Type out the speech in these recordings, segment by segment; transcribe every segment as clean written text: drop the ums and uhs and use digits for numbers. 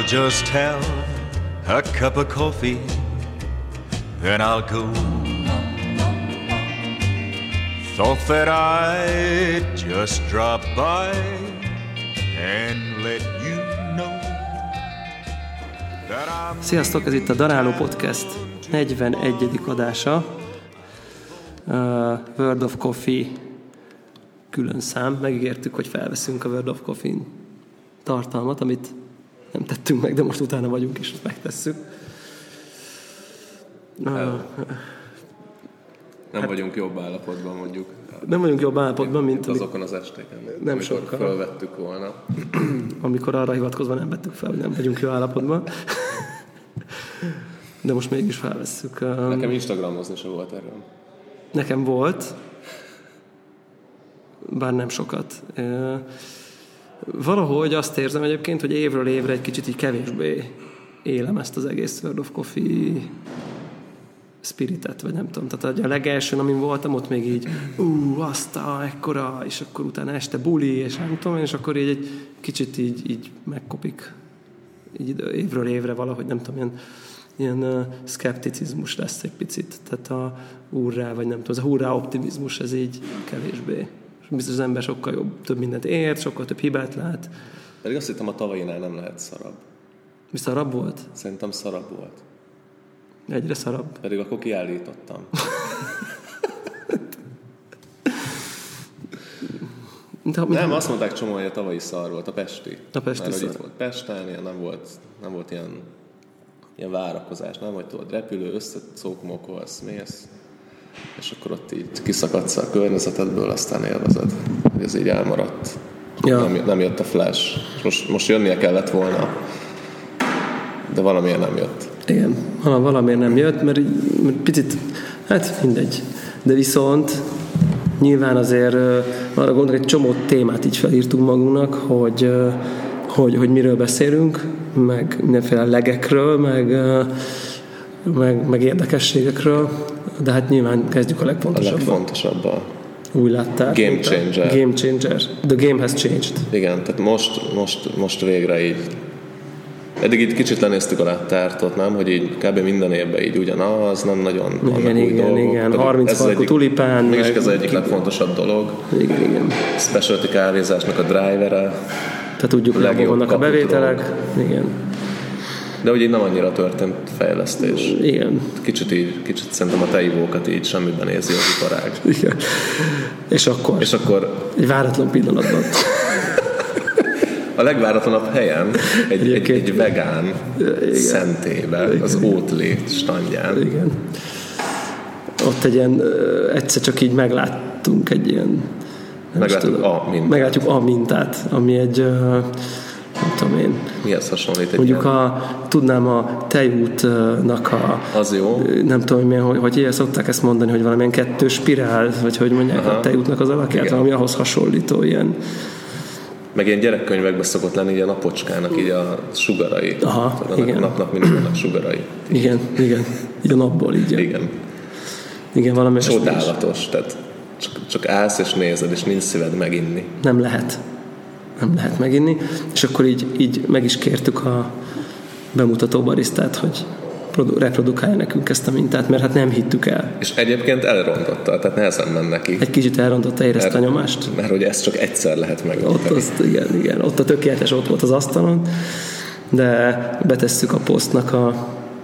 just have a cup of coffee, then I'll go. Thought that I'd just drop by and let you know that I'm... Sziasztok, ez itt a Daráló Podcast 41. adása. World of Coffee külön szám. Megígértük, hogy felveszünk a World of Coffee-n tartalmat, amit nem tettünk meg, de most utána vagyunk, és megtesszük. Nem vagyunk jobb állapotban, mondjuk. Nem vagyunk jobb állapotban, mint azokon az estéken, nem amikor sokkal felvettük volna. Amikor arra hivatkozva nem vettük fel, hogy nem vagyunk jó állapotban. De most mégis felvesszük. Nekem Instagramozni se volt erről. Nekem volt, bár nem sokat. Valahogy azt érzem egyébként, hogy évről évre egy kicsit így kevésbé élem ezt az egész World of Coffee spiritet, vagy nem tudom. Tehát a legelsőn, amin voltam, ott még így ekkora, és akkor utána este buli, és nem tudom, és akkor így egy kicsit így megkopik így évről évre valahogy, nem tudom, ilyen szkepticizmus lesz egy picit. Tehát a hurrá, vagy nem tudom, az a hurrá optimizmus, ez így kevésbé. Biztos az ember sokkal jobb, több mindent ért, sokkal több hibát lát. Pedig azt hittem, a tavainál nem lehet szarabb. Mi szarabb volt? Szerintem szarabb volt. Egyre szarabb. Pedig akkor kiállítottam. Nem, azt mondták csomó, hogy a tavalyi szar volt, a pesti. A pesti szar. Mert, hogy itt volt Pesten, nem volt ilyen várakozás, nem, hogy tudod, repülő, összecókmokolsz, mész, és akkor ott így kiszakadsz a környezetedből, aztán élvezed, hogy ez így elmaradt. Ja. Nem jött a flash. Most jönnie kellett volna, de valamiért nem jött. Igen, valamiért nem jött, mert picit, hát mindegy. De viszont nyilván azért arra gondolok, egy csomó témát így felírtunk magunknak, hogy miről beszélünk, meg mindenféle legekről, meg érdekességekről, de hát nyilván kezdjük a legfontosabbal. A legfontosabbal. Úgy láttál? Game changer. Game changer. The game has changed. Igen, tehát most végre így. Eddig így kicsit lenéztük a láttártot, nem? Hogy így kb. Minden évben így ugyanaz, nem nagyon vannak új dolgok. Igen, 30 farkú tulipán. Mégis ez az egyik legfontosabb dolog. Igen. Specialty kávézásnak a drivere. Tehát tudjuk, hogy abban vannak a bevételek. Igen. De ugye így nem annyira történt fejlesztés. Igen. Kicsit szerintem a tejivókat így semmiben nézi az iparág. Igen. És akkor egy váratlan pillanatban. A legváratlanabb helyen egy vegán szentébe, az Oatly standján. Igen. Ott egy ilyen, egyszer csak így megláttunk egy ilyen... Meglátjuk a mintát, ami egy... nem tudom én. Mihez hasonlít? Mondjuk tudnám a tejútnak az jó. Nem tudom, hogy ilyen szokták ezt mondani, hogy valamilyen kettős spirál, vagy hogy mondják a tejútnak az alakját, igen. Valami ahhoz hasonlító ilyen. Meg ilyen gyerekkönyvekben szokott lenni így a napocskának így a sugarai. Aha, igen. Napnak mindig vannak sugarai. Igen. Így a napból így. Igen, valami csodálatos, tehát csak állsz és nézed, és nincs szíved meginni. Nem lehet meginni, és akkor így meg is kértük a bemutató barisztát, hogy reprodukálja nekünk ezt a mintát, mert hát nem hittük el. És egyébként elrontotta, tehát nehezen ment neki. Egy kicsit elrontotta, érezte a nyomást. Mert hogy ezt csak egyszer lehet megmutatni. Igen, ott a tökéletes ott volt az asztalon, de betesszük a posztnak a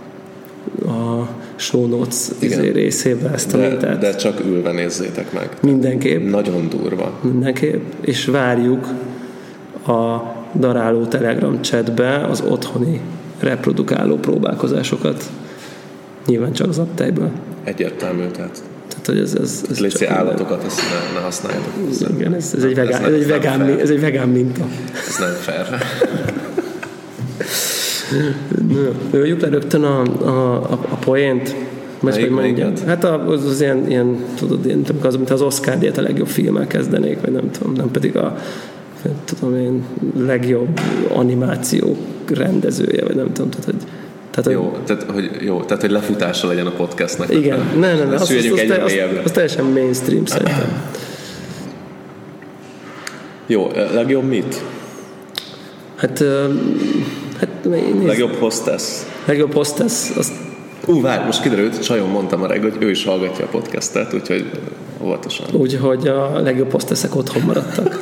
show notes részébe ezt a mintát. De csak ülve nézzétek meg. Mindenképp. Nagyon durva. Mindenképp. És várjuk a Daráló Telegram chatbe az otthoni reprodukáló próbálkozásosokat. Nyilván csak az aptejből. Egyértelmű, tehát hogy ez léci állatokat, ezt ne használjátok. Igen, ez egy vegán minta. Ez nem fair. Jöjjük le rögtön a poént. Hát az ilyen, tudod, az, mint az Oscar-díjat a legjobb filmmel kezdenék, vagy nem tudom, nem pedig legjobb animáció rendezője, vagy nem tudom, tehát hogy lefutása legyen a podcastnak. Igen, nem, az teljesen mainstream szerintem. Jó, legjobb mit? Hát Legjobb hostess. Legjobb hostess, azt Várj, most kiderült, Csajon mondta ma reggel, hogy ő is hallgatja a podcastet, úgyhogy óvatosan. Úgyhogy a legjobb hostessek otthon maradtak.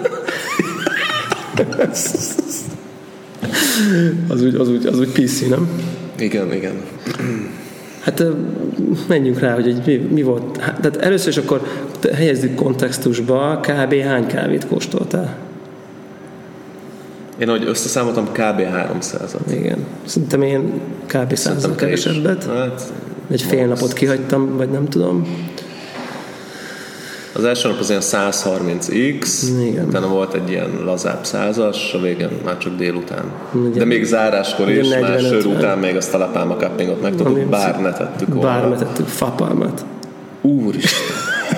az úgy PC, nem? Igen. Hát menjünk rá, hogy mi volt. Tehát először is akkor helyezzük kontextusba, kb. Hány kávét kóstoltál? Én ahogy összeszámoltam, kb. 300-at. Igen. Szerintem én kb. 100-al kevesebbet. Hát, egy fél napot kihagytam, vagy nem tudom. Az első nap az ilyen 130x, utána volt egy ilyen lazább 100-as, a végén már csak délután. Ugyan, de még záráskor is, már sör után még azt a lapálma cuppingot megtudtuk, bár ne tettük volna. Bár ne tettük fapalmat. Úristen!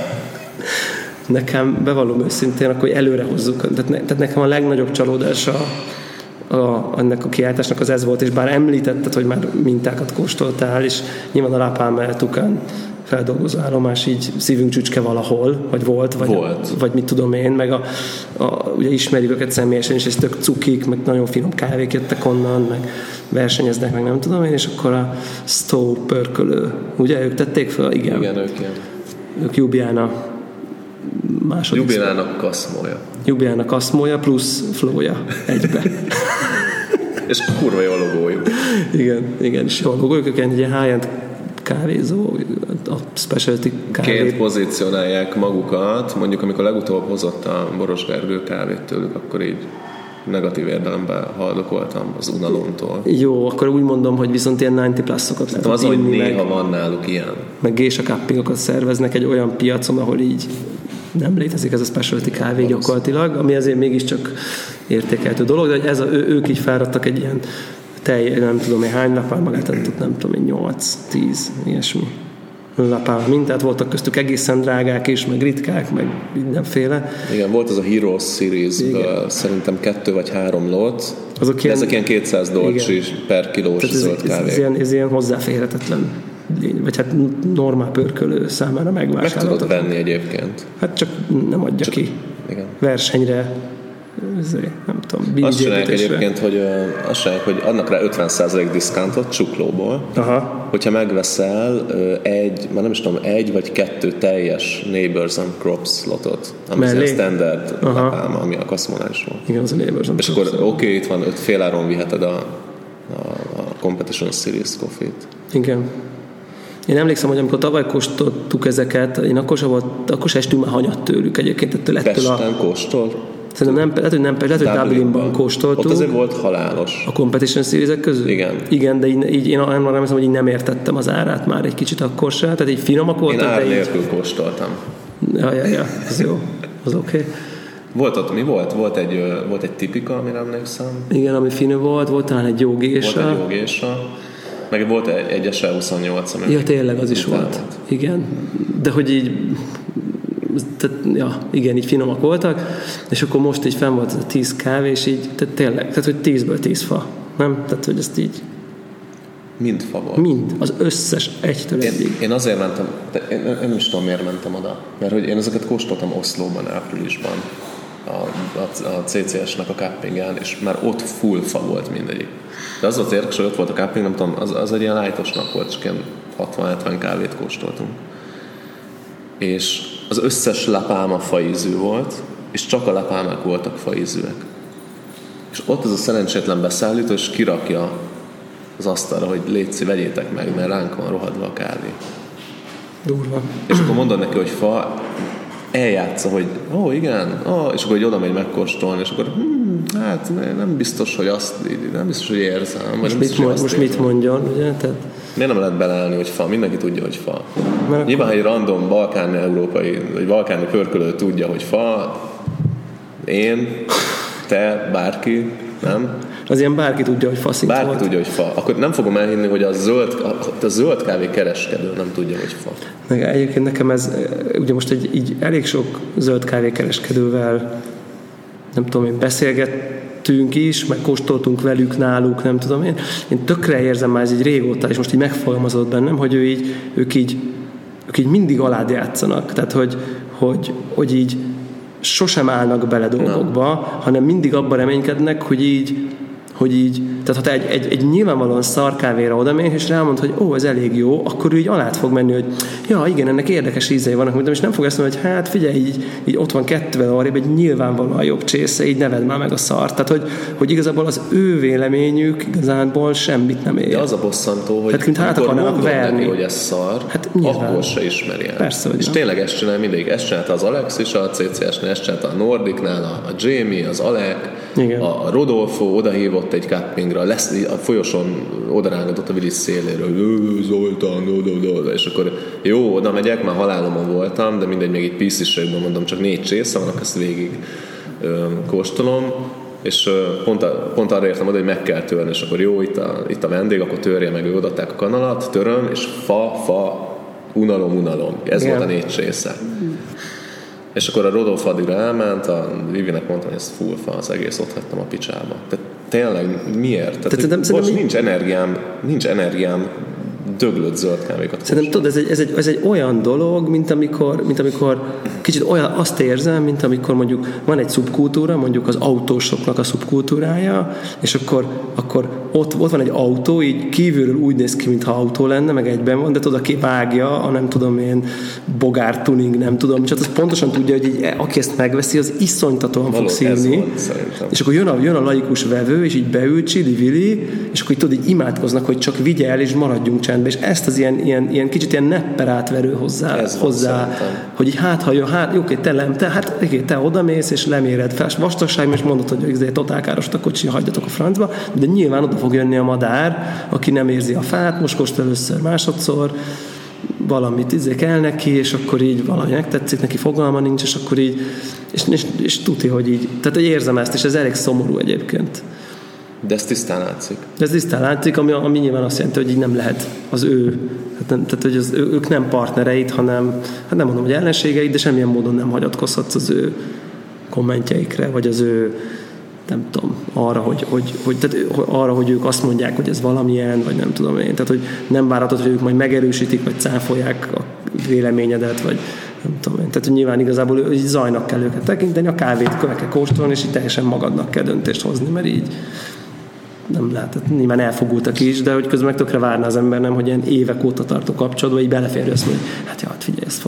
Nekem, bevallom őszintén, akkor előre hozzuk. Tehát nekem a legnagyobb csalódása ennek a kiáltásnak az ez volt, és bár említetted, hogy már mintákat kóstoltál, és nyilván a Lapalma Tukán feldolgozó állomás így szívünk csücske valahol, vagy volt. Vagy mit tudom én, meg ugye ismerjük őket személyesen, és ez tök cukik, meg nagyon finom kávék jöttek onnan, meg versenyeznek, meg nem tudom én, és akkor a Stowe pörkölő, ugye ők tették fel? Igen, ők ilyen. Ők Ljubljana második. Ljubljana kaszmója plusz flója egybe. És kurva jó logójuk. Igen, és jó logójuk, ők egy ilyen high-end kávézó, a specialty kávé. Ként pozícionálják magukat, mondjuk amikor legutóbb hozott a Boros Gergő kávét tőlük, akkor így negatív érdelemben haldokoltam az unalomtól. Jó, akkor úgy mondom, hogy viszont ilyen 90 pluszokat lehet az, hogy néha van náluk ilyen. Meg gésa cuppingokat szerveznek egy olyan piacon, ahol így nem létezik ez a specialty kávé gyakorlatilag, ami azért mégiscsak értékelhető dolog, de ez ők így felradtak egy ilyen nem tudom én hány lapálmagát adtuk, nem tudom én 8-10, ilyesmi lapálma mintát, voltak köztük egészen drágák is, meg ritkák, meg mindenféle. Igen, volt az a Heroes Series-ből szerintem 2 vagy 3 lot, ezek ilyen $200 per kilós zöld kávé. Ez ilyen hozzáférhetetlen lény, vagy hát normál pörkölő számára megvásárolható. Meg tudod venni egyébként. Hát csak nem adja ki. Igen. Versenyre, nem tudom, azt csinálják egyébként, hogy adnak rá 50% diszkántot csuklóból. Aha. Hogyha megveszel egy vagy 2 teljes Neighbors and Crops lotot, ami az standard lapálma, ami a kaszmónál is volt. Igen, az a Neighbors and és Crops. És akkor itt van, 5 fél áron viheted a Competition Series coffee-t. Igen. Én emlékszem, hogy amikor tavaly kóstoltuk ezeket, én akkor se estünk már hanyat tőlük egyébként. Pesten kóstol? Szerintem lehet, hogy Dublinban kóstoltuk. Ott azért volt halálos. A Competition Series-ek közül? Igen, de így én arra emlékszem, hogy így nem értettem az árát már egy kicsit akkor se. Tehát így finomak voltak. Én ár nélkül kóstoltam. Ja, ez jó. Az oké. Volt ott, mi volt? Volt egy tipika, amire emlékszem. Igen, ami finom volt talán egy jó gésa. Meg volt egy SL28, ami... Ja, tényleg az is volt. Igen. De hogy így... igen, így finomak voltak, és akkor most így fenn volt ez a 10 kávé, és így, tehát tényleg, tehát hogy 10-ből 10 fa, nem? Tehát, hogy ezt így... Mind fa volt. Mind, az összes egytől egyig. Én azért mentem, én nem is tudom, miért mentem oda, mert hogy én ezeket kóstoltam Oszlóban, áprilisban, a CCS-nek a cuppingán, és már ott full fa volt mindegyik. De az volt érdekes, hogy ott volt a cupping, nem tudom, az egy ilyen lightos nap volt, csak ilyen 60-70 kávét kóstoltunk. És az összes lapálma faízű volt, és csak a lapálmák voltak faízűek. És ott ez a szerencsétlen beszállító, és kirakja az asztalra, hogy létszi, vegyétek meg, mert ránk van rohadva a kávé. Durva. És akkor mondod neki, hogy fa, eljátsza, hogy igen, és akkor hogy oda megy megkóstolni, és akkor hát nem biztos, hogy érzem. Most mit mondjon, ugye? Tehát... Miért nem lehet beleállni, hogy fa? Mindenki tudja, hogy fa. Nyilván, egy random balkáni-európai, vagy balkáni pörkölő tudja, hogy fa, én, te, bárki, nem? Az ilyen bárki tudja, hogy faszint bárki volt. Tudja, hogy fa. Akkor nem fogom elhinni, hogy a zöld kávé kereskedő nem tudja, hogy fa. Meg egyébként nekem ez, ugye most így elég sok zöld kávé kereskedővel, nem tudom én, beszélgettünk is, meg kóstoltunk velük, náluk, nem tudom én. Én tökre érzem már ez így régóta, és most így megfogalmazott bennem, hogy ők így mindig alád játszanak. Tehát, hogy így sosem állnak bele dolgokba, hanem mindig abban reménykednek, hogy hogy így, tehát ha te egy nyilvánvalóan szar kávéra odamész, és rámond, hogy ez elég jó, akkor ő így alá fog menni, hogy ja, igen, ennek érdekes ízei vannak, és nem fog ezt mondani, hogy hát figyelj, így ott van 2 arrébb egy nyilvánvalóan jobb csésze, így neved már meg a szart. Tehát, hogy igazából az ő véleményük igazából semmit nem ér. De az a bosszantó, hogy hát, amikor mondod neki, hogy ez szar, hát akkor se ismeri el. Persze, és tényleg ezt csinál mindig. Ezt csinálta az Alex is a CCS-nél, ezt csinálta a Nordicnál, a Jamie, az Alek, a Rodolfo odahívott egy cuppingra, a folyosón odarángatott a Willis széléről, Zoltán, és akkor jó, oda megyek, már halálomon voltam, de mindegy, még egy píszisségben mondom, csak 4 csésze van, ezt végig kóstolom, és pont arra értem oda, hogy meg kell törni, és akkor jó, itt a vendég, akkor törje meg, ő odaadták a kanalat, töröm, és fa, unalom. Ez volt a 4 csésze. És akkor a Rodolfo addigra elment, a Vivinek mondtam, hogy ez full fa, az egész ott hagytam a picsába. Tehát tényleg miért? Tehát, nincs energiám döglött zöld kávékat. Szerintem tudod, ez egy olyan dolog, mint amikor kicsit olyan, azt érzem, mint amikor mondjuk van egy szubkultúra, mondjuk az autósoknak a szubkultúrája, és akkor ott van egy autó, így kívülről úgy néz ki, mintha autó lenne, meg egyben van, de tudod, aki vágja, a nem tudom én, bogár tuning, nem tudom, csak az pontosan tudja, hogy így, aki ezt megveszi, az iszonytatóan fog szívni. És akkor jön a laikus vevő, és így beül, csili-vili, és akkor így tudod, így imádkoznak, hogy csak vigye el, és maradjunk csendben. És ezt az ilyen kicsit ilyen nepper átverő hozzá hogy így oké, te odamész, és leméred fel vastagság, és mondod, hogy totál káros a kocsi, hagyjatok a francba, de nyilván oda fog jönni a madár, aki nem érzi a fát, most kóstol először, másodszor, valamit kell neki, és akkor így valami megtetszik, neki fogalma nincs, és akkor így, és tuti, hogy így, tehát hogy érzem ezt, és ez elég szomorú egyébként. De ez tisztán látszik. Ami nyilván azt jelenti, hogy így nem lehet az ő, tehát hogy ők nem partnereid, hanem, hát nem mondom, hogy ellenségeid, de semmilyen módon nem hagyatkozhatsz az ő kommentjeikre, vagy az ő, nem tudom, arra, hogy ők azt mondják, hogy ez valamilyen, vagy nem tudom én. Tehát, hogy nem várhatod, hogy ők majd megerősítik, vagy cáfolják a véleményedet, vagy nem tudom én. Tehát, hogy nyilván igazából így zajnak kell őket tekinteni, a kávét meg kell kóstolni, és így teljesen magadnak kell döntést hozni, mert így nem lehet, nyilván elfogultak is, de hogy közben meg tökre várna az ember, nem, hogy ilyen évek óta tartó kapcsolatban így beleférő azt mondja, hát figyelj, ez fa.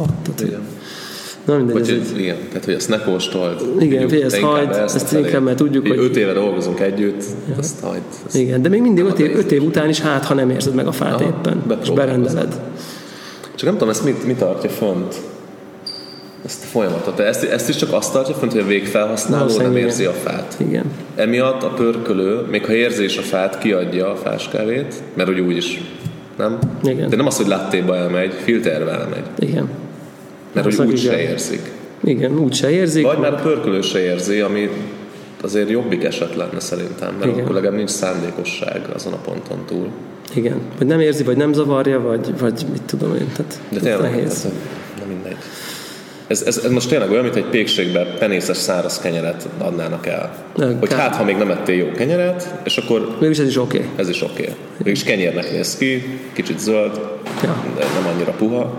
Na mindegy. Igen, tehát hogy ezt ne kóstold. Igen, figyelj, ezt hagyd, ezt inkább, mert tudjuk, hogy 5 éve dolgozunk együtt, ezt hagyd. Igen, de még mindig 5 év után is, ha nem érzed meg a fát éppen, és berendeled. Csak nem tudom, ezt mi tartja fönt? Ezt a folyamatot. Ezt is csak azt tartja fönt, hogy a végfelhasználó nem érzi a fát. Igen. Emiatt a pörkölő, még ha érzi is a fát, kiadja a fáskávét, mert úgy úgyis, nem? Igen. De nem az, hogy lattéba elmegy, filterbe elmegy. Igen. Mert hogy úgy se érzik. Igen, úgy se érzik. Vagy már a pörkölő se érzi, ami azért jobbik eset lenne szerintem, mert igen, akkor legalább nincs szándékosság azon a ponton túl. Igen. Vagy nem érzi, vagy nem zavarja, vagy mit tudom én. Tehát de tényleg, nehéz. Nem mindegy. Ez most tényleg olyan, mint egy pékségbe penészes száraz kenyeret adnának el. Hogy ha még nem ettél jó kenyeret, és akkor... Mégis ez is oké. Ez is oké. Mégis kenyérnek néz ki, kicsit zöld, nem annyira puha.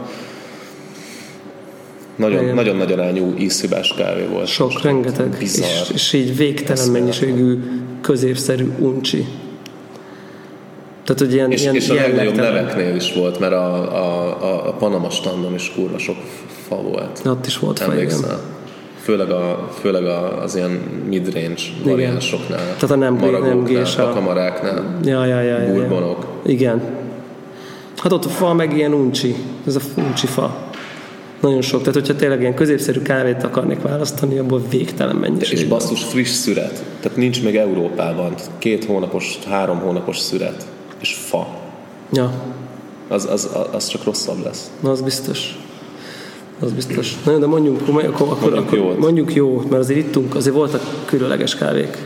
Nagyon nagy arányú ízhibás kávé volt. Sok, rengeteg. És így végtelen mennyiségű, középszerű uncsi. Tehát, hogy ilyen és a legnagyobb neveknél is volt, mert a Panama standon is kurva sok fa volt. Ott is volt fa, igen. Főleg az ilyen mid-range variánsoknál. Tehát a nem gésa. A kamaráknál. Bourbonok. Igen. Hát ott a fa meg ilyen uncsi. Ez a uncsi fa. Nagyon sok. Tehát, hogyha tényleg ilyen középszerű kávét akarnék választani, abból végtelen mennyiség. És basszus friss szüret. Tehát nincs még Európában 2 hónapos, 3 hónapos szüret. És fa. Ja. Az csak rosszabb lesz. Na, az biztos. Na, de mondjuk jót, mert azért ittunk, azért voltak különleges kávék.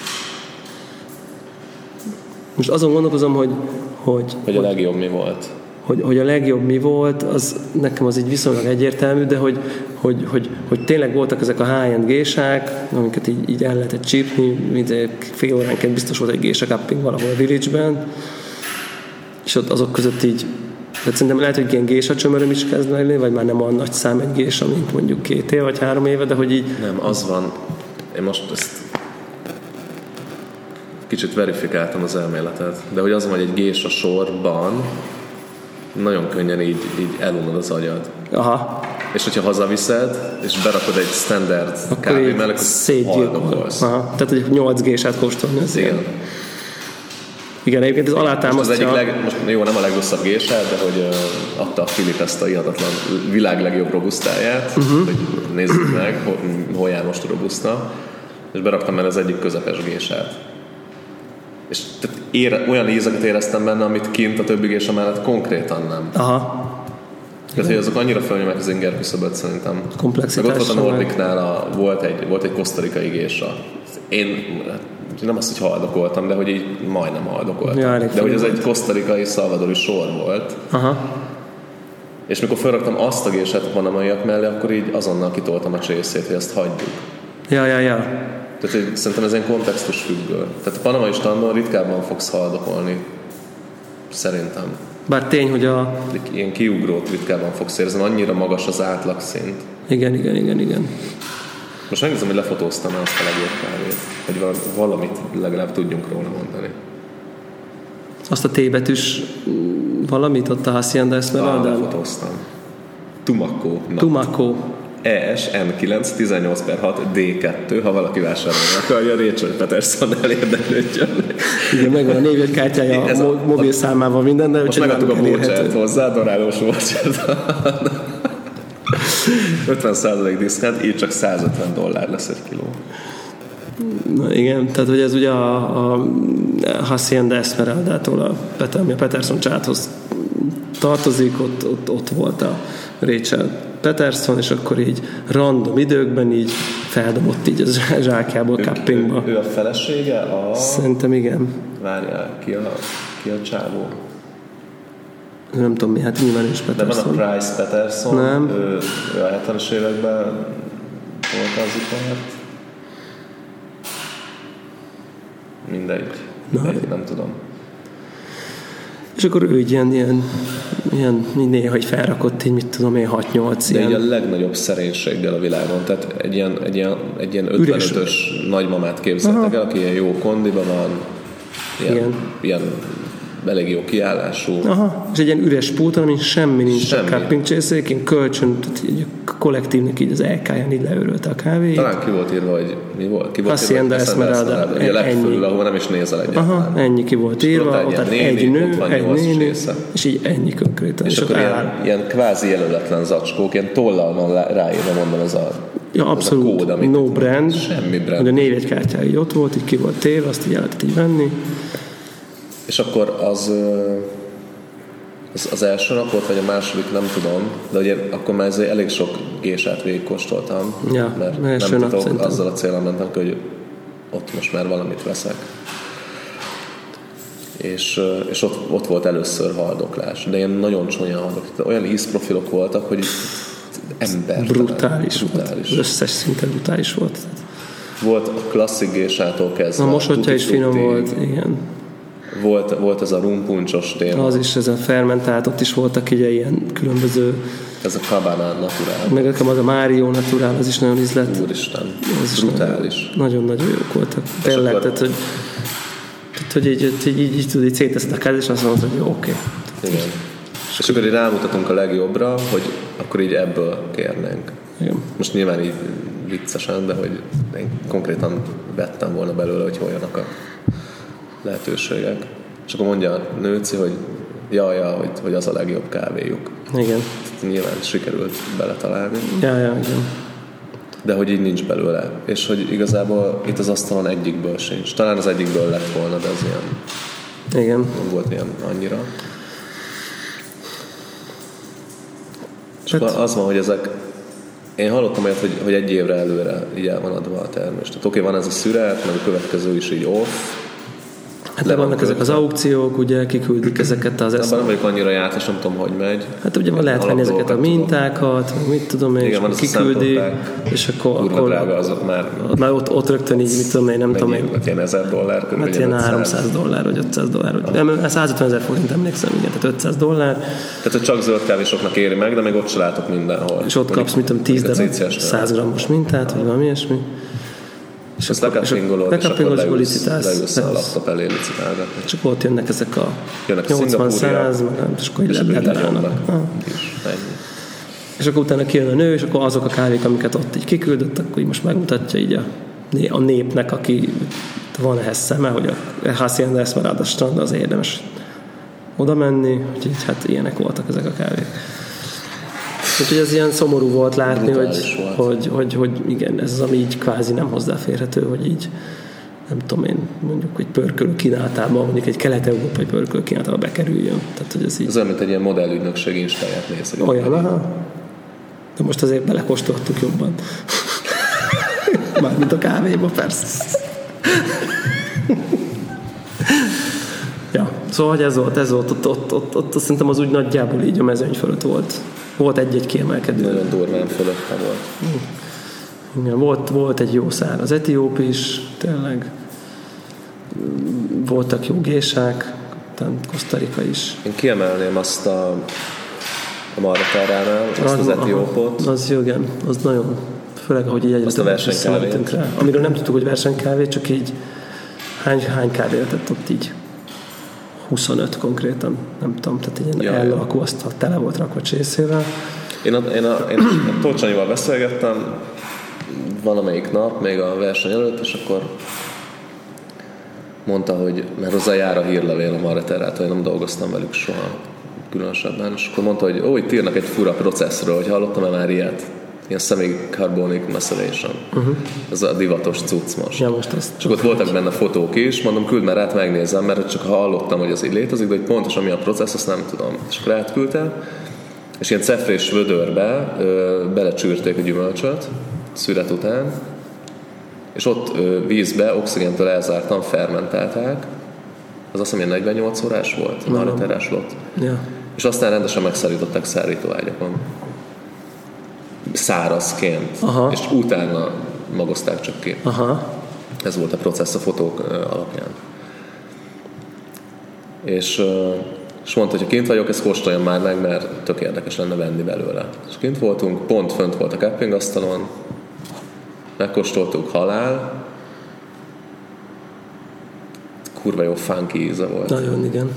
Most azon gondolkozom, hogy a legjobb mi volt. Hogy a legjobb mi volt, az nekem az így viszonylag egyértelmű, de hogy tényleg voltak ezek a high-end gésák, amiket így el lehetett csípni, fél óránként biztos volt egy gésa cupping valahol a Village-ben, és ott azok között így, tehát szerintem lehet, hogy ilyen gésa csömöröm is kezd lenni, vagy már nem olyan nagy szám egy gésa, mint mondjuk 2 év vagy 3 éve, de hogy így... Nem, az van. Én most ezt kicsit verifikáltam az elméletet, de hogy az van, hogy egy gésa sorban nagyon könnyen így elunod az agyad. Aha. És hogyha hazaviszed, és berakod egy standard kávé mellé, akkor haldokolsz. Aha. Tehát, hogy 8 gésát kóstolni. Az igen. Igen, egyébként ez alátámasztja. Most jó, nem a legrosszabb gésát, de hogy adta a Filip ezt a hihetetlen világ legjobb robusztáját, hogy nézzük meg, hol jár most a robuszta, és beraktam benne az egyik közepes gésát. És olyan ízeket éreztem benne, amit kint a többi gésa mellett konkrétan nem. Aha. Tehát, hogy azok annyira felnyomják az inger küszöböt szerintem. Komplexitás. Meg ott volt a Nordicnál, volt egy kosztarikai gésa. Én nem azt, hogy haldokoltam, de hogy így majdnem haldokoltam. Ja, de hogy ez egy kosztarikai szalvadori sor volt. Aha. És mikor felraktam azt a gésát a panamaiak mellé, akkor így azonnal kitoltam a csészét, hogy ezt hagyjuk. Ja. Tehát hogy szerintem ez egy kontextus függő. Tehát a panamai standon ritkábban fogsz haldokolni. Szerintem. Bár tény, hogy ilyen kiugrót ritkában fogsz érezni, annyira magas az átlagszint. Igen. Most megnézem, hogy lefotóztam azt a legjobb kávét, hogy valamit legalább tudjunk róla mondani. Azt a T betűs valamit ott a Hacienda Esmeralda? Lefotóztam. Tumaco. ES N9 18/6 D2, ha valaki vásárolni akarja, Rachel Peterson elérdeklődjön. Igen, megvan a névjegykártyája, a mobil számával minden, de most megadtuk a vouchert hozzá, darálós vouchert. 50% diszkánt, így csak $150 lesz egy kiló. Na igen, tehát hogy ez ugye a Hacienda Esmeraldától a Peterson csáthoz tartozik, ott volt a Rachel Peterson, és akkor így random időkben így feldobott így az zsákjából cuppingba. Ő a felesége? Szerintem igen. Várjál, ki a csávó? Nem tudom mi, hát nyilván is Peterson. De van a Price Peterson, nem. Ő a 70-es években volt az ipart. Mindegy, nem tudom. És akkor ő így ilyen néha, hogy felrakott így, mit tudom én, 6-8 de ilyen. De így a legnagyobb szerénységgel a világon, tehát egy ilyen 55-ös nagymamát képzeltek el, aki ilyen jó kondiban van, ilyen elég jó kiállású. Aha, és egy ilyen üres pulton, amin semmi nincs, a cupping csészék, én kölcsön, tehát így a kollektívnek így az LK-ján így leőrölte a kávéjét. Talán ki volt írva, hogy mi volt? Ki volt Hacienda Esmeralda. A legfölül, ahol nem is nézel egyáltalán. Aha, ennyi ki volt írva, ott egy nő, egy néni, és így ennyi konkrétan. És akkor ilyen kvázi jelöletlen zacskók, ilyen tollal van ráírva, mondom, ez a abszolút kód, no brand. Semmi brand. A névjegykártyája így ott volt, így ki volt téve, azt így el lehetett így venni. És akkor az első nap volt, vagy a második, nem tudom, de ugye akkor már elég sok gésát végigkóstoltam, mert nem tudok, azzal a célra mentem, hogy ott most már valamit veszek. És ott volt először haldoklás, de ilyen nagyon csúnya haldoklás. Olyan ízprofilok voltak, hogy brutális volt. Összes szinten brutális volt. Volt a klasszik gésától kezdve. A mosottja is finom volt, igen. Volt ez a rumpuncsos téma. Az is, ez a fermentált, ott is voltak így ilyen különböző... Ez a Cabana Natural. Meg az a Mario Natural, az is nagyon ízlett. Úristen, brutális. Nagyon-nagyon jók voltak. Tényleg, akkor... tehát, hogy így széteszed a kezed, és azt mondod, hogy jó, oké. Igen. És akkor így rámutatunk a legjobbra, hogy akkor így ebből kérnénk. Igen. Most nyilván így viccesen, de hogy én konkrétan vettem volna belőle, hogy hol jönnek a lehetőségek. És akkor mondja a nőci, hogy hogy az a legjobb kávéjuk. Igen. Nyilván sikerült beletalálni. Ja, igen. De hogy így nincs belőle. És hogy igazából itt az asztalon egyikből sincs. Talán az egyikből lett volna, de ez ilyen... Igen. Nem volt ilyen annyira. És akkor az van, hogy ezek... Én hallottam olyat, hogy egy évre előre így el van adva a termés. Tehát oké, van ez a szüret, meg a következő is így off. Hát vannak ezek az aukciók, ugye kiküldik ezeket az eszembe. Nem vagyok annyira jártas, nem tudom, hogy megy. Hát ugye lehet venni ezeket a mintákat, mit tudom én, igen, és kiküldi, és akkor drága azok már ott rögtön így, mit tudom én, nem tudom én. Hát ilyen $1000 körülbelül. Hát ilyen $300 vagy $500. Nem, 150 000 forint emlékszem, igen, tehát $500. Tehát, hogy csak zöld kávésoknak éri meg, de még ott se látok mindenhol. És ott kapsz, mit tudom, 10 darab 100 grammos mintát, vagy valami ilyesmi. És ezt lekappingolod, és akkor leülsz a laptop elé licitálgatni. Csak ott jönnek ezek a 80-100, és akkor így ledarálnak. És akkor utána kijön a nő, és akkor azok a kávék, amiket ott így kiküldött, akkor így most megmutatja így a népnek, aki van ehhez szeme, hogy a Hacienda Esmeralda strand az érdemes oda menni, úgyhogy hát ilyenek voltak ezek a kávék. Úgyhogy ez ilyen szomorú volt látni, hogy igen, ez az, ami így kvázi nem hozzáférhető, hogy így nem tudom én, mondjuk egy pörkölő kínálatában, mondjuk egy kelet-európai pörkölő kínálatába bekerüljön. Tehát, hogy ez így... Ez olyan, mint egy ilyen modellügynökség instáját néz. Olyan, aha. De most azért belekóstoltuk jobban. Mármint a kávéba, persze. Ja, szóval, hogy ez volt ott szerintem az úgy nagyjából így a mezőny fölött volt. Volt egy-egy kiemelkedő. Nagyon durván fölötte volt. Igen, volt egy jó szár. Az etióp is, tényleg. Voltak jó gésák, Costa Rica is. Én kiemelném azt a Marra-Terránál, azt az etiópot. Az jó, igen, az nagyon, főleg ahogy így egyre versenykávét rá. Amiről nem tudtuk, hogy versenykávé, csak így hány kávé tett ott így. 25 konkrétan, nem tudom, tehát egy ilyen ellalakú asztal tele volt rakva csészével. Én Tolcsányival beszélgettem valamelyik nap, még a verseny előtt, és akkor mondta, hogy mert hozzá jár a hírlevél a Marra-Terrától, én nem dolgoztam velük soha különösebben, és akkor mondta, hogy itt írnak egy fura processzről, hogy hallottam-e már ilyet? Ilyen semi-carbonic maceration. Ez a divatos cucc most. Ja, most ezt és ott voltak benne fotók is, mondom, küld már át, megnézem, mert csak hallottam, hogy ez így létezik, de hogy pontosan mi a processz, azt nem tudom. És akkor átküldte, és ilyen cefrés vödörbe belecsűrték a gyümölcsöt szüret után, és ott vízbe, oxigéntől elzártan fermentálták. Az azt hiszem, 48 órás volt, a Marra-Terrás lott. Ja. És aztán rendesen megszárították szárítóágyakon. Szárazként. Aha. És utána magozták csak ki. Aha. Ez volt a processz a fotók alapján. És mondta, hogy ha kint vagyok, ezt kóstoljam már meg, mert tök érdekes lenne venni belőle. És kint voltunk, pont fönt volt a campingasztalon, megkóstoltuk, halál, kurva jó funky íze volt. Nagyon, igen.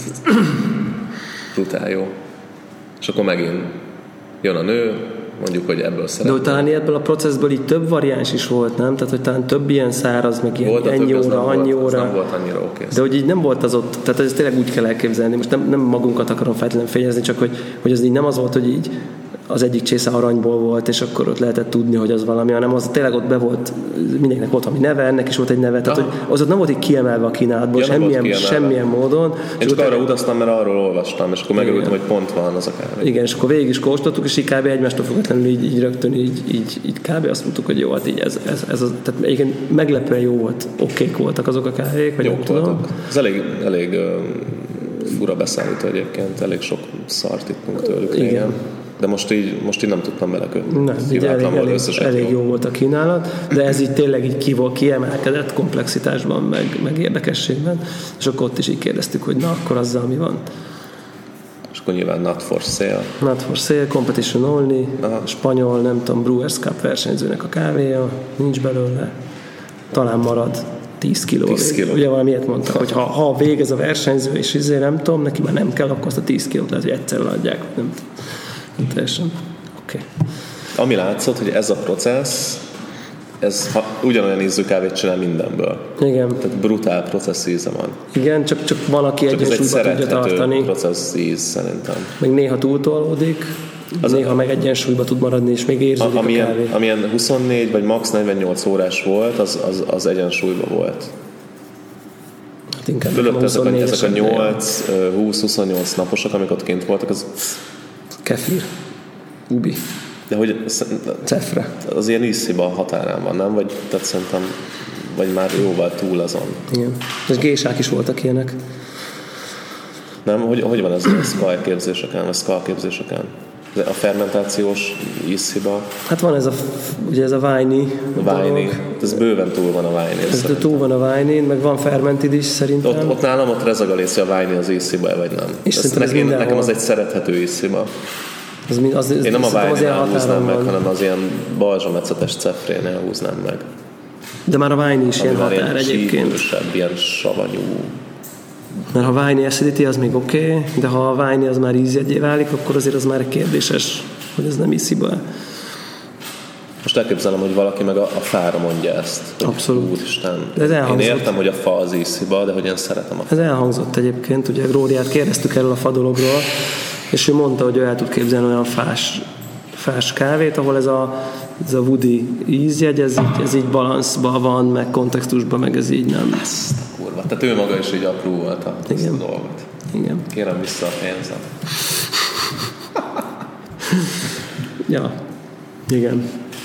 Brutál jó. És akkor megint jön a nő, mondjuk, hogy ebből szeretném. De talán ebből a processzből így több variáns is volt, nem? Tehát, hogy talán több ilyen száraz, meg ilyen ennyi óra, annyi óra. Nem volt annyira oké. De hogy így nem volt az ott, tehát ez tényleg úgy kell elképzelni, most nem magunkat akarom feltétlenül fényezni, csak hogy az így nem az volt, hogy így az egyik csésze aranyból volt, és akkor ott lehetett tudni, hogy az valami, hanem az tényleg ott be volt, mindenkinek volt valami neve, ennek is volt egy neve, tehát hogy az ott nem volt így kiemelve a kínálatból, semmilyen módon. Én csak arra utaztam, mert arról olvastam, és akkor megörültem, hogy pont van az a kávé. Igen, és akkor végig is kóstoltuk, és így kb. Egymástól függetlenül így rögtön így kb. Azt mondtuk, hogy jó, hát így ez tehát igen, meglepően jó volt, okék voltak azok a kávék, vagy nem tudom. Ez elég fura beszállító egyébként, elég sok szart ittunk tőlük. Igen. De most így nem tudtam belekötni. Nem, elég jó volt a kínálat, de ez így tényleg így kiemelkedett komplexitásban, meg érdekességben, és akkor ott is így kérdeztük, hogy na, akkor azzal mi van. És akkor nyilván not for sale. Not for sale, competition only, spanyol, nem tudom, Brewers Cup versenyzőnek a kávéja, nincs belőle, talán marad 10 kiló. Ugye valamilyet mondtak, hogy ha végez a versenyző, és nem tudom, neki már nem kell, akkor azt a 10 kilót lehet, hogy egyszerűen adják, nem teljesen. Okay. Ami látszott, hogy ez a processz, ez ugyanolyan ízű kávét csinál mindenből. Igen. Tehát brutál processz íze van. Igen, csak valaki egyensúlyba tudja tartani. Processz íz szerintem. Még néha túltolódik, néha meg egyensúlyba tud maradni, és még érződik a kávé. Amilyen 24 vagy max 48 órás volt, az egyensúlyba volt. Hát inkább fölött ezek a 20-28 naposok, amik ott kint voltak, az kefir, ubi. De hogy cefre. Az ilyen ízhiba határán van, nem? Vagy tehát szerintem, vagy már jóval túl azon. Igen. És gésák is voltak ilyenek. Nem? Hogy van ez a szkalképzéseken, a szkalképzéseken? A fermentációs ízhiba? Hát van ugye ez a viney. Ez bőven túl van a viney. Ez túl van a viney, meg van fermentid is szerintem. Ott nálam ott rezagalész, a viney az ízhiba, vagy nem. És nekem az egy szerethető ízhiba. Én nem a viney-nál húznám meg, hanem az ilyen balzsamecetes cefrénél húznám meg. De már a wine is ilyen Amivel határ egyébként. Síkősebb, ilyen savanyú. Mert ha wine acidity, az még oké, de ha a wine az már ízjegyé válik, akkor azért az már kérdéses, hogy ez nem iszi be. Most elképzelem, hogy valaki meg a fára mondja ezt. Abszolút. Úristen. De ez elhangzott. Én értem, hogy a fa az isziba, de hogy én szeretem a fa. Ez elhangzott egyébként, ugye Róriát kérdeztük erről a fa dologról, és ő mondta, hogy ő el tud képzelni olyan fás kávét, ahol ez a woody ízjegy, ez így balanszban van, meg kontextusban, meg ez így nem. Ezt a kurva. Tehát ő maga is így apró volt a dolgot. Igen. Kérem vissza a pénzem. Ja. Igen.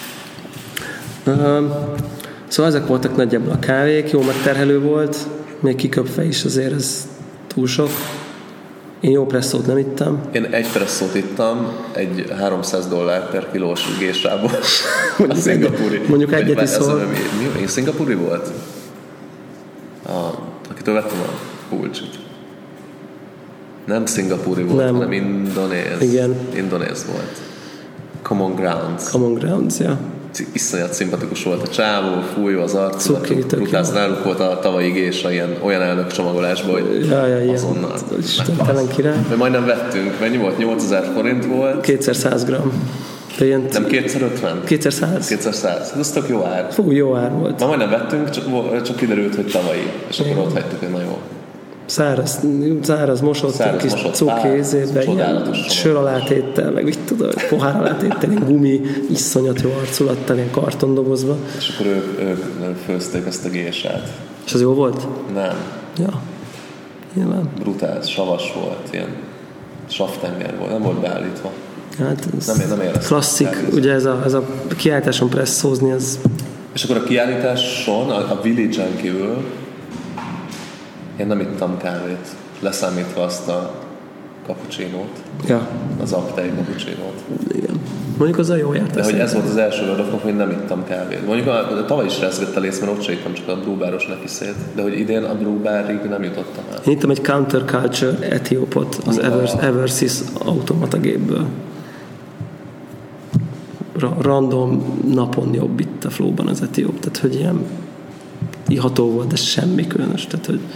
Szóval ezek voltak nagyjából a kávék, jó megterhelő volt, még kiköpve is azért ez túl sok. Én jó presszót nem ittam. Én egy presszót ittam, egy $300 per kilós gésából. A szingapúri. Mondjuk egyet iszol. Mi szingapúri volt? Akitől vettem a pulcsit. Nem szingapúri volt, hanem indonéz. Igen. Indonéz volt. Common Grounds, ja. Iszonyat szimpatikus volt a csávó, fújva az arculat, utána náluk volt a tavalyi gésa olyan elnök csomagolásban, hogy azonnal. Istentelen király. Mert majdnem vettünk, mennyi volt? 8000 forint volt. 2x100 g. Nem 250? 2x100. 2x100. Ez tök jó ár. Fú, jó ár volt. Ma majdnem vettünk, csak kiderült, hogy tavalyi. És akkor ott hagytuk, hogy na jó. Száraz mosott, kis cuki ízében, ilyen sör alátéttel, meg mit tudom, pohár alátéttel, ilyen gumi, iszonyat jó arculattal, ilyen kartondobozba. És akkor ők főzték ezt a gésát. És az jó volt? Nem. Ja. Nyilván. Brutális, savas volt, ilyen savtenger volt, nem volt beállítva. Hát ez nem éreztem. klasszik, ugye ez a kiállításon presszózni, az... És akkor a kiállításon, a Village-en kívül én nem ittam kávét, leszámítva azt a cappuccinót, az aptei cappuccinót. Igen. Mondjuk az a jó járt. De hogy ez volt az első World, hogy nem ittam kávét. Mondjuk tavaly is rezgett a lész, mert ott se ittam csak a brewbaros nekiszét, de hogy idén a brewbarig nem jutottam el. Én ittam egy Counterculture etiópot az Eversys automata gépből. Random napon jobb itt a flowban az etióp, tehát hogy ilyen iható volt, de semmi különös, tehát hogy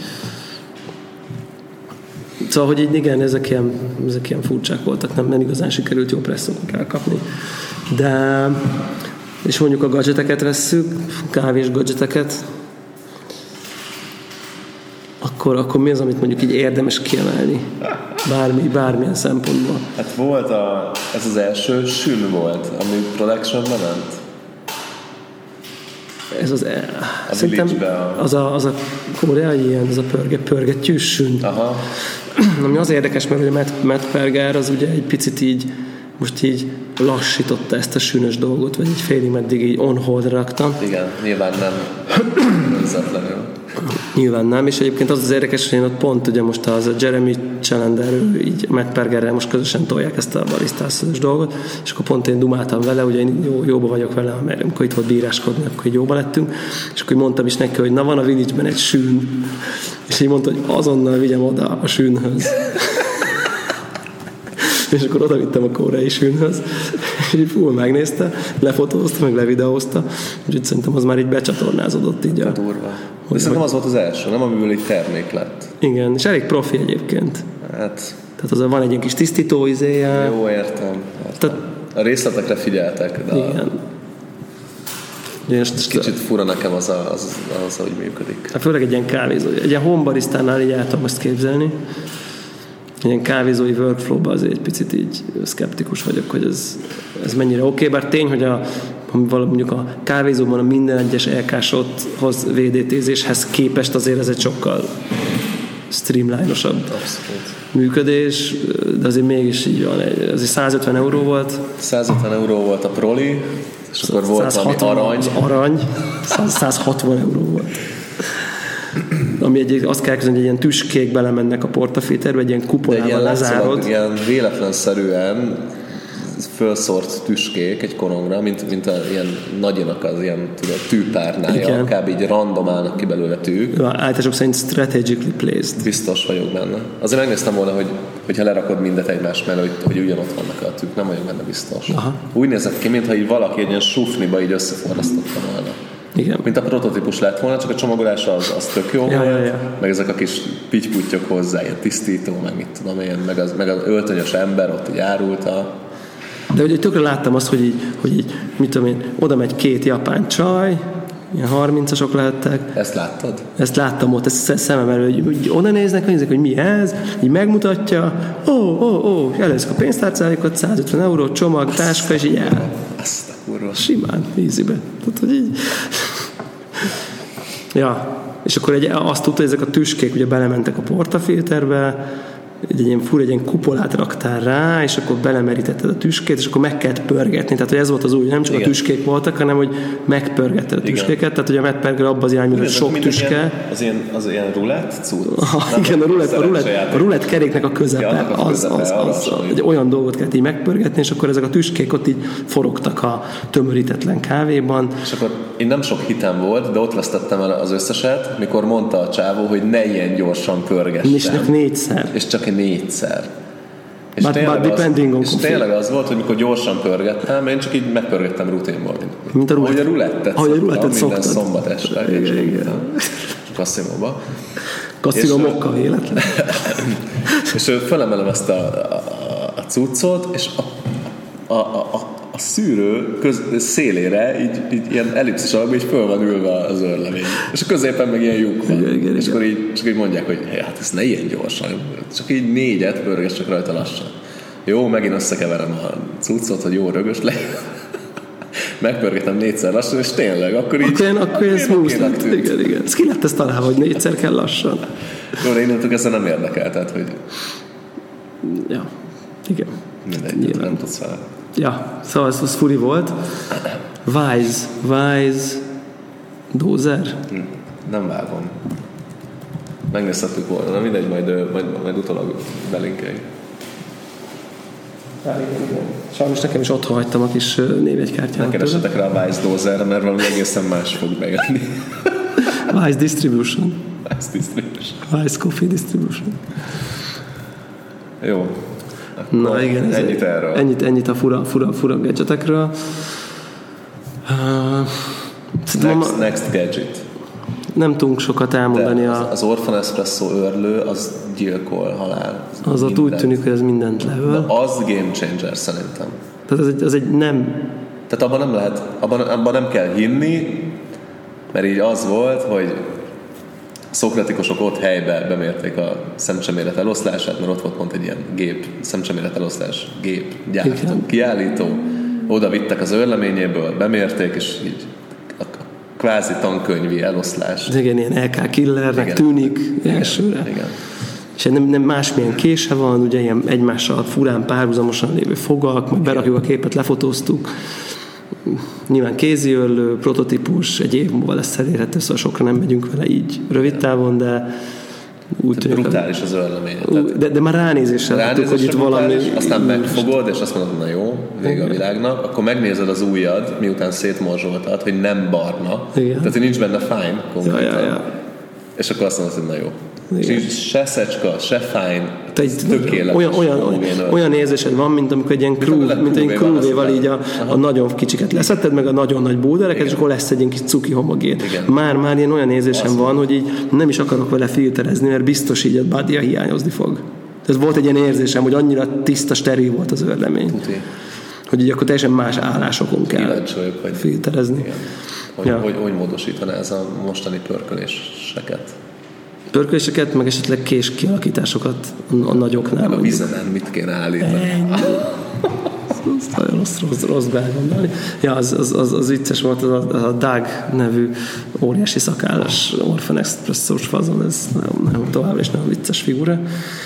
szóval, hogy így igen, ezek ilyen furcsák voltak, nem igazán sikerült jó presszókat elkapni. De, és mondjuk a gadgeteket vesszük, kávés gadgeteket, akkor mi az, amit mondjuk így érdemes kiemelni? Bármilyen szempontból. Hát volt ez az első sün volt, ami productionben ment. Ez szerintem az a koreai ilyen, az a pörgettyűs sün. Aha. Ami az érdekes, mert ugye Matt Perger az ugye egy picit így most így lassította ezt a sűnös dolgot, vagy egy félig meddig így on-hold rakta. Igen, nyilván nem önzetlenül. Nyilván nem, és egyébként az érdekes, hogy én ott pont ugye most az a Jeremy Chalender, így Matt Pergerrel most közösen tolják ezt a barisztászos dolgot, és akkor pont én dumáltam vele, ugye én jóba vagyok vele, mert amikor itt volt bíráskodni, akkor így jóba lettünk, és akkor mondtam is neki, hogy na van a Village-ben egy sűn, és így mondta, hogy azonnal vigyem oda a sűnhöz. És akkor oda vittem a koreai sűnhöz, és így full megnézte, lefotózta, meg levideózta, úgyhogy szerintem az már így becsatornázódott így. Durva. De szerintem az volt az első, nem amiből egy termék lett. Igen, és elég profi egyébként. Hát... Tehát az van egy ilyen kis tisztító izéje. Jó, értem. Tehát, a részletekre figyeltek, de... Igen. Kicsit fura nekem az, hogy működik. Hát főleg egy ilyen kávézó. Egy ilyen homebarisztánál így el tudom ezt képzelni. Ilyen kávézói workflow-ban azért egy picit így szkeptikus vagyok, hogy ez mennyire oké, bár tény, hogy mondjuk a kávézóban a minden egyes LK-sothoz VDT-zéshez képest azért ez egy sokkal streamline-osabb működés, de azért mégis így van, azért 150 euró volt. 150 euró volt a proli, és akkor volt valami arany. Az arany, 160 euró volt. Ami azt kell elkezdeni, hogy egy ilyen tüskék belemennek a portafilterbe, egy ilyen kupolával lezárod. Ilyen véletlenszerűen fölszórt tüskék egy korongra, mint ilyen nagyinak az ilyen tűpárnája, kb. Így random állnak ki belőle tűk. Állítások szerint strategically placed. Biztos vagyok benne. Azért megnéztem volna, hogyha lerakod mindet egymás mellé, hogy ugyanott vannak a tűk, nem vagyok benne biztos. Aha. Úgy nézett ki, mintha így valaki egy ilyen sufniba így összeforrasztotta volna. Igen. Mint a prototípus lett volna, csak a csomagolás az tök jó volt, meg ezek a kis pitty-puttyok hozzá, ilyen tisztító, meg mit tudom én, meg az öltönyös ember ott így árulta. De ugye tökre láttam azt, hogy így mit tudom én, oda megy 2 japán csaj, ilyen 30-asok lehettek. Ezt láttad? Ezt láttam ott, ezt szemem elő, hogy oda néznek, hogy mi ez, így megmutatja, jelözik a pénztárcájukat, 150 euró, csomag, táska, és így el. Azt a kurva. Simán, easybe. Tehát, hogy így... Ja, és akkor azt tudta, hogy ezek a tüskék ugye belementek a portafilterbe, egy ilyen kupolát raktál rá, és akkor belemerítetted a tüskét, és akkor meg kellett pörgetni. Tehát, hogy ez volt az új, nem csak igen. A tüskék voltak, hanem, hogy megpörgetted a tüskéket. Tehát, hogy a Metperger abban az irányban, hogy sok tüske. Az ilyen rulett cucc? Igen, a rulett keréknek a közepe. Egy olyan dolgot kellett így megpörgetni, és akkor ezek a tüskék ott így forogtak a tömörítetlen kávéban. És akkor én nem sok hitem volt, de ott vesztettem el az összeset, mikor mondta a csávó, hogy ne ilyen gyorsan pörgessem. És 4-szer. És csak 4-szer. És tényleg az volt, hogy mikor gyorsan pörgettem, én csak így megpörgettem rutinból. Mint a rulettet. Ahogy a rulettet szoktad. Minden szombat este. Kaszinóba. Kaszinó mokka véletlen. És felemelem ezt a cuccot, és a szűrő szélére így ilyen ellipszis alakban így föl van ülve az őrlemény. És a középen meg ilyen lyuk van. Igen. És akkor így mondják, hogy hát ez ne ilyen gyorsan. Csak így 4 pörgessek rajta lassan. Jó, megint összekeverem a cuccot, hogy jó rögös legyen. Megpörgetem 4-szer lassan, és tényleg, akkor így... Akkor ez smooth lett. Igen. Ez ki lett ezt találva, hogy 4-szer kell lassan? Jó, de innentől ezzel nem érdekel, tehát, hogy... Ja, igen. Mindegy, nem tudsz fel. Ja, szóval ez furi volt. Wise Dozer? Nem vágom. Megnézhetjük volna, na mindegy, majd utólag belinkeljük. Sajnos nekem is otthon hagytam a kis névjegykártyát. Ne keressetek rá a Wise Dozerre, mert valami egészen más fog bejönni. Wise Distribution. Wise Coffee Distribution. Jó. Na igen, ennyit erről. Ennyit a fura gadgetekről. Next gadget. Nem tudunk sokat elmondani. Az Orphan Espresso őrlő, az gyilkol, halál. Az ott úgy tűnik, hogy ez mindent leöl. De az game changer szerintem. Tehát az egy nem... Tehát abban nem lehet, abban nem kell hinni, mert így az volt, hogy szokratikusok ott helyben bemérték a szemcsemélet eloszlását, mert ott volt pont egy ilyen szemcsemélet eloszlás gyártó, kiállító. Oda vittek az őrleményéből, bemérték, és így a kvázi tankönyvi eloszlás. Igen, ilyen LK killernek tűnik elsőre. Igen. És nem másmilyen kése van, ugye ilyen egymással furán párhuzamosan lévő fogak, meg berakjuk a képet, lefotóztuk. Nyilván kéziőrlő, prototípus, egy év múlva lesz elérhető, szóval sokra nem megyünk vele így rövid távon, de úgy tűnik, brutális az őrlemény. De már ránézéssel láttuk, hogy itt valami... Aztán megfogod, és azt mondod, na jó, vége a világnak, akkor megnézed az ujjad, miután szétmorzsoltad, hogy nem barna. Igen. Tehát, hogy nincs benne fájn konkrétan. Ja. És akkor azt mondod, hogy na jó. És se szecska, se fájn, tökéletes. Olyan érzésed van, mint amikor egy ilyen krúvéval így a nagyon kicsiket leszetted, meg a nagyon nagy búdereket, és akkor lesz egy ilyen kis cuki homogén. Már ilyen olyan érzésem van, hogy így nem is akarok vele filterezni, mert biztos így a body-ja hiányozni fog. Ez volt egy ilyen érzésem, hogy annyira tiszta, steril volt az őrlemény. Hogy így akkor teljesen más állásokon kell filterezni. Hogy módosítaná ez a mostani pörköléseket, meg esetleg kés kialakításokat a nagyoknál. Meg a vizenen mit kéne állítani? Azt nagyon rossz belgondolni. Ja, az vicces volt, a Doug nevű óriási szakállas Orphan Espresso-s fazon, ez nem tovább és nem vicces figura.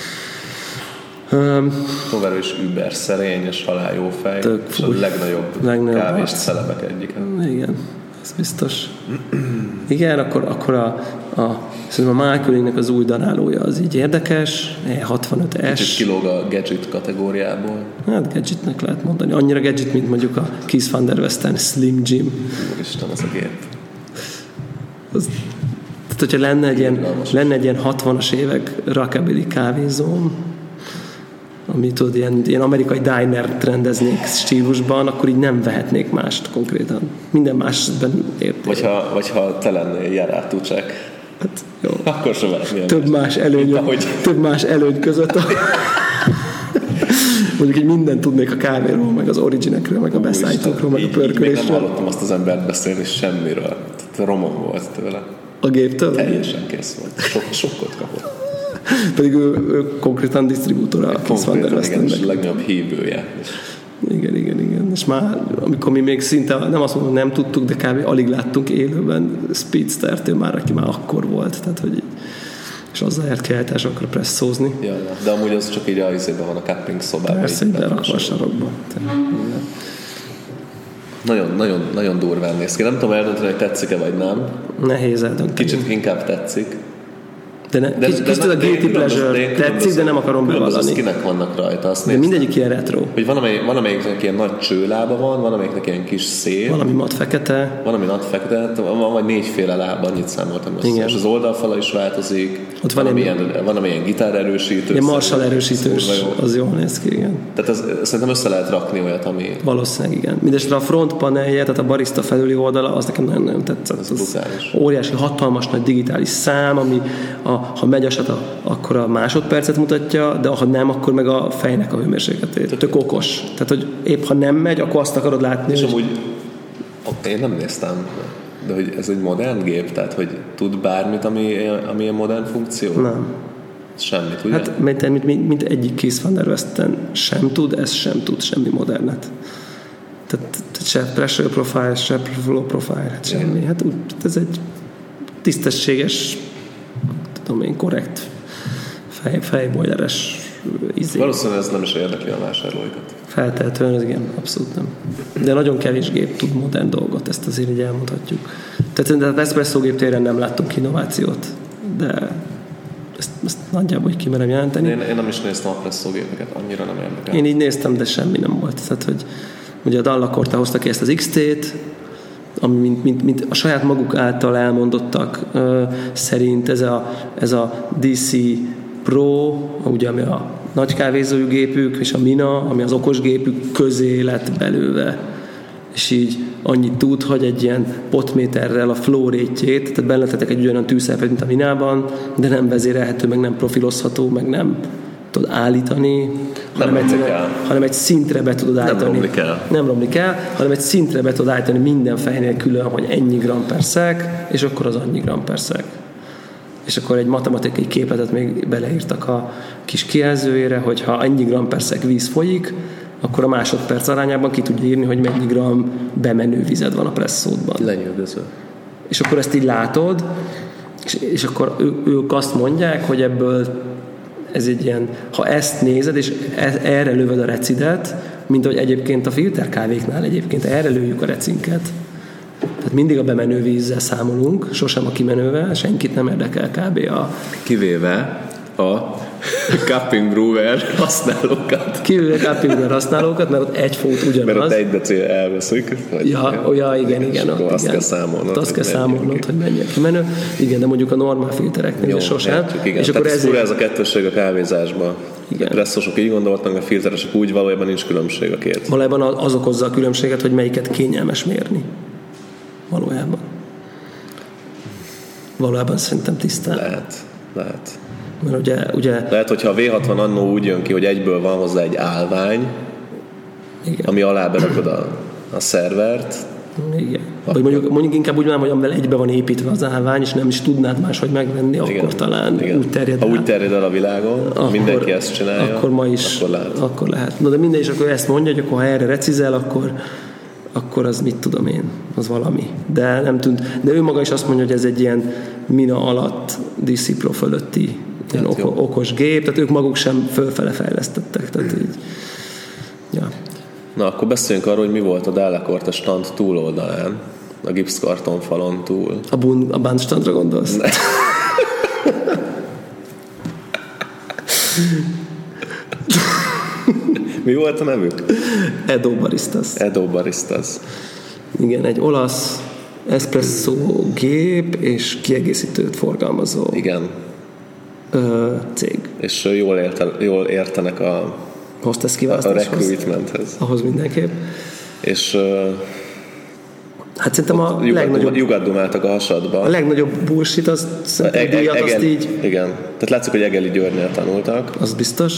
Tovább is über szerény és halál jó fej, és a legnagyobb kávés celebek egyik. Igen, ez biztos. Igen, akkor szerintem a Malcolmnek az új darálója az így érdekes, 65S. Kicsit kilóg a gadget kategóriából. Hát gadgetnek lehet mondani. Annyira gadget, mint mondjuk a Keith Van Der Westen Slim Jim. Úristen, az a gép. Tehát, hogyha lenne egy ilyen 60-as évek rockabilly kávézóm, ami tudod, ilyen amerikai diner rendeznék stílusban, akkor így nem vehetnék mást konkrétan. Minden másban érték. Vagy ha te lennél Járát Tucsek, hát, jó. akkor sem vehetnél több más előny között. Mondjuk így mindent tudnék a kávéról, meg az originekről, meg a beszállítókról, meg a pörkölésről. Még nem hallottam azt az embert beszélni semmiről. Romon volt tőle. A géptől? Teljesen kész volt. Sokkot kapott. Pedig ő konkrétan disztribútora a Keith Van Der Westennek. Igen, és a legnagyobb hívője. Igen. És már, amikor mi még szinte, nem azt mondom, nem tudtuk, de kb. Alig láttunk élőben Speedstert, ő már, aki már akkor volt. Tehát, hogy és azzal járt kiállításokra presszózni. Ja, de amúgy az csak így a izében van a cupping szobában. Persze, de rakva a sarokba. Nagyon durván néz ki. Nem tudom eldönteni, hogy tetszik-e vagy nem. Nehéz eldönteni. Kicsit inkább tetszik. Kicsit a guilty pleasure tetszik, de nem akarom bevallani. Kinek vannak rajta, azt de mindegyik ilyen retro. Hogy van amelyiknek ilyen nagy csőlába van amelyiknek ilyen kis szép. Valami mat fekete. Valami mat fekete, van vagy 4 féle láb, annyit számoltam össze. És az oldalfala is változik. Ott van amilyen gitárerősítő. Ilyen Marshall erősítős, az jól néz ki, igen. Tehát szerintem össze lehet rakni olyat, ami... Valószínűleg igen. Mindestre a front panelje, tehát a barista felüli oldala, az nekem nagyon tetszett. Az óriási, hatalmas nagy digitális szám, ami ha megy a sata, akkor a másodpercet mutatja, de ha nem, akkor meg a fejnek a hőmérsékletét. Tök okos. Tehát, hogy épp ha nem megy, akkor azt akarod látni. És amúgy én nem néztem, de hogy ez egy modern gép, tehát hogy tud bármit, ami ilyen modern funkció? Nem. Semmit, ugye? Hát mint egyik Keith Van Der Westen sem tud, ez sem tud semmi modernet. Tehát se pressure profile, se flow profile, hát semmi. Hát ez egy tisztességes, tudom én, korrekt fejbojleres izé. Valószínűleg ez nem is érdekli a vásárlóikat. Feltehetően, ez igen, abszolút nem. De nagyon kevés gép tud modern dolgot, ezt azért így elmondhatjuk. Tehát az espresso gép téren nem láttunk innovációt, de ezt nagyjából így kimerem jelenteni. Én nem is néztem a presszógépeket, annyira nem érdekel. Én így néztem, de semmi nem volt. Tehát, hogy ugye a Dallakorta hozta ki ezt az XT-t, ami mint a saját maguk által elmondottak szerint ez a DC Pro, ugye, ami a nagy kávézójú gépük, és a Mina, ami az okos gépük közé lett belőle. És így annyit tud, hogy egy ilyen potméterrel a flow rate-jét, tehát beletettek egy ugyanolyan tűzszerepet, mint a Minában, de nem vezérelhető, meg nem profilozható, meg nem tudod állítani, hanem egy szintre be tudod állítani. Nem romlik el, hanem egy szintre be tudod állítani minden fejnél külön, hogy ennyi gram per szek, és akkor az annyi gram per szek. És akkor egy matematikai képletet még beleírtak a kis kijelzőjére, hogy ha ennyi gram per szek víz folyik, akkor a másodperc arányában ki tudja írni, hogy mennyi gram bemenő vized van a presszódban. Lenyűgöző. És akkor ezt így látod, és akkor ők azt mondják, hogy ebből ez egy ilyen, ha ezt nézed, és erre lövöd a recidet, mint ahogy egyébként a filterkávéknál egyébként erre lőjük a recinket. Tehát mindig a bemenő vízzel számolunk, sosem a kimenővel, senkit nem érdekel kb. Kivéve a cupping brewer használókat. Kivéve a cupping brewer használókat, mert ott egy fót ugyanaz. Mert ott egy decil elveszik. Igen. Azt kell számolnod. Azt kell számolnod, hogy mennyi a kimenő. Igen, de mondjuk a normál filtereknél sosem. És akkor ez a kettősség a kávézásban. A presszosok így gondoltak, a filteresek úgy, valójában nincs különbség a két. Valójában az okozza a különbséget, hogy melyiket kényelmes mérni. Valójában szerintem tisztán. Lehet. Mert ugye... Lehet, hogyha a V60 annó úgy jön ki, hogy egyből van hozzá egy állvány, igen, ami alá berakod a szervert. Igen. Vagy mondjuk inkább úgy mondanám, hogy amivel egybe van építve az állvány, és nem is tudnád máshogy megvenni, igen, akkor talán úgy terjed el. Ha úgy terjed el a világon, mindenki ezt csinálja, akkor ma is, akkor lehet. No, de minden is akkor ezt mondja, hogy akkor ha erre recizel, akkor az mit tudom én, az valami. De nem tűnt. De ő maga is azt mondja, hogy ez egy ilyen Mina alatt DC Pro fölötti ilyen okos gép, tehát ők maguk sem fölfele fejlesztettek. Tehát így. Ja. Na, akkor beszéljünk arról, hogy mi volt a Dallakorta stand túloldalán, a gipszkartonfalon túl. A bántstandra gondolsz? Mi volt a nevük? Edo Baristas. Igen, egy olasz espresso gép és kiegészítőt forgalmazó igen. Cég. És jól értenek a hostess a kiválasztáshoz. recruitmenthez. Ahhoz mindenképp. És Hát szerintem a legnagyobb... Lyukat dumáltak a hasadba. A legnagyobb bullshit, az szerintem díjat, azt így... Igen. Tehát látszik, hogy Egeli Györgynél tanultak. Az biztos.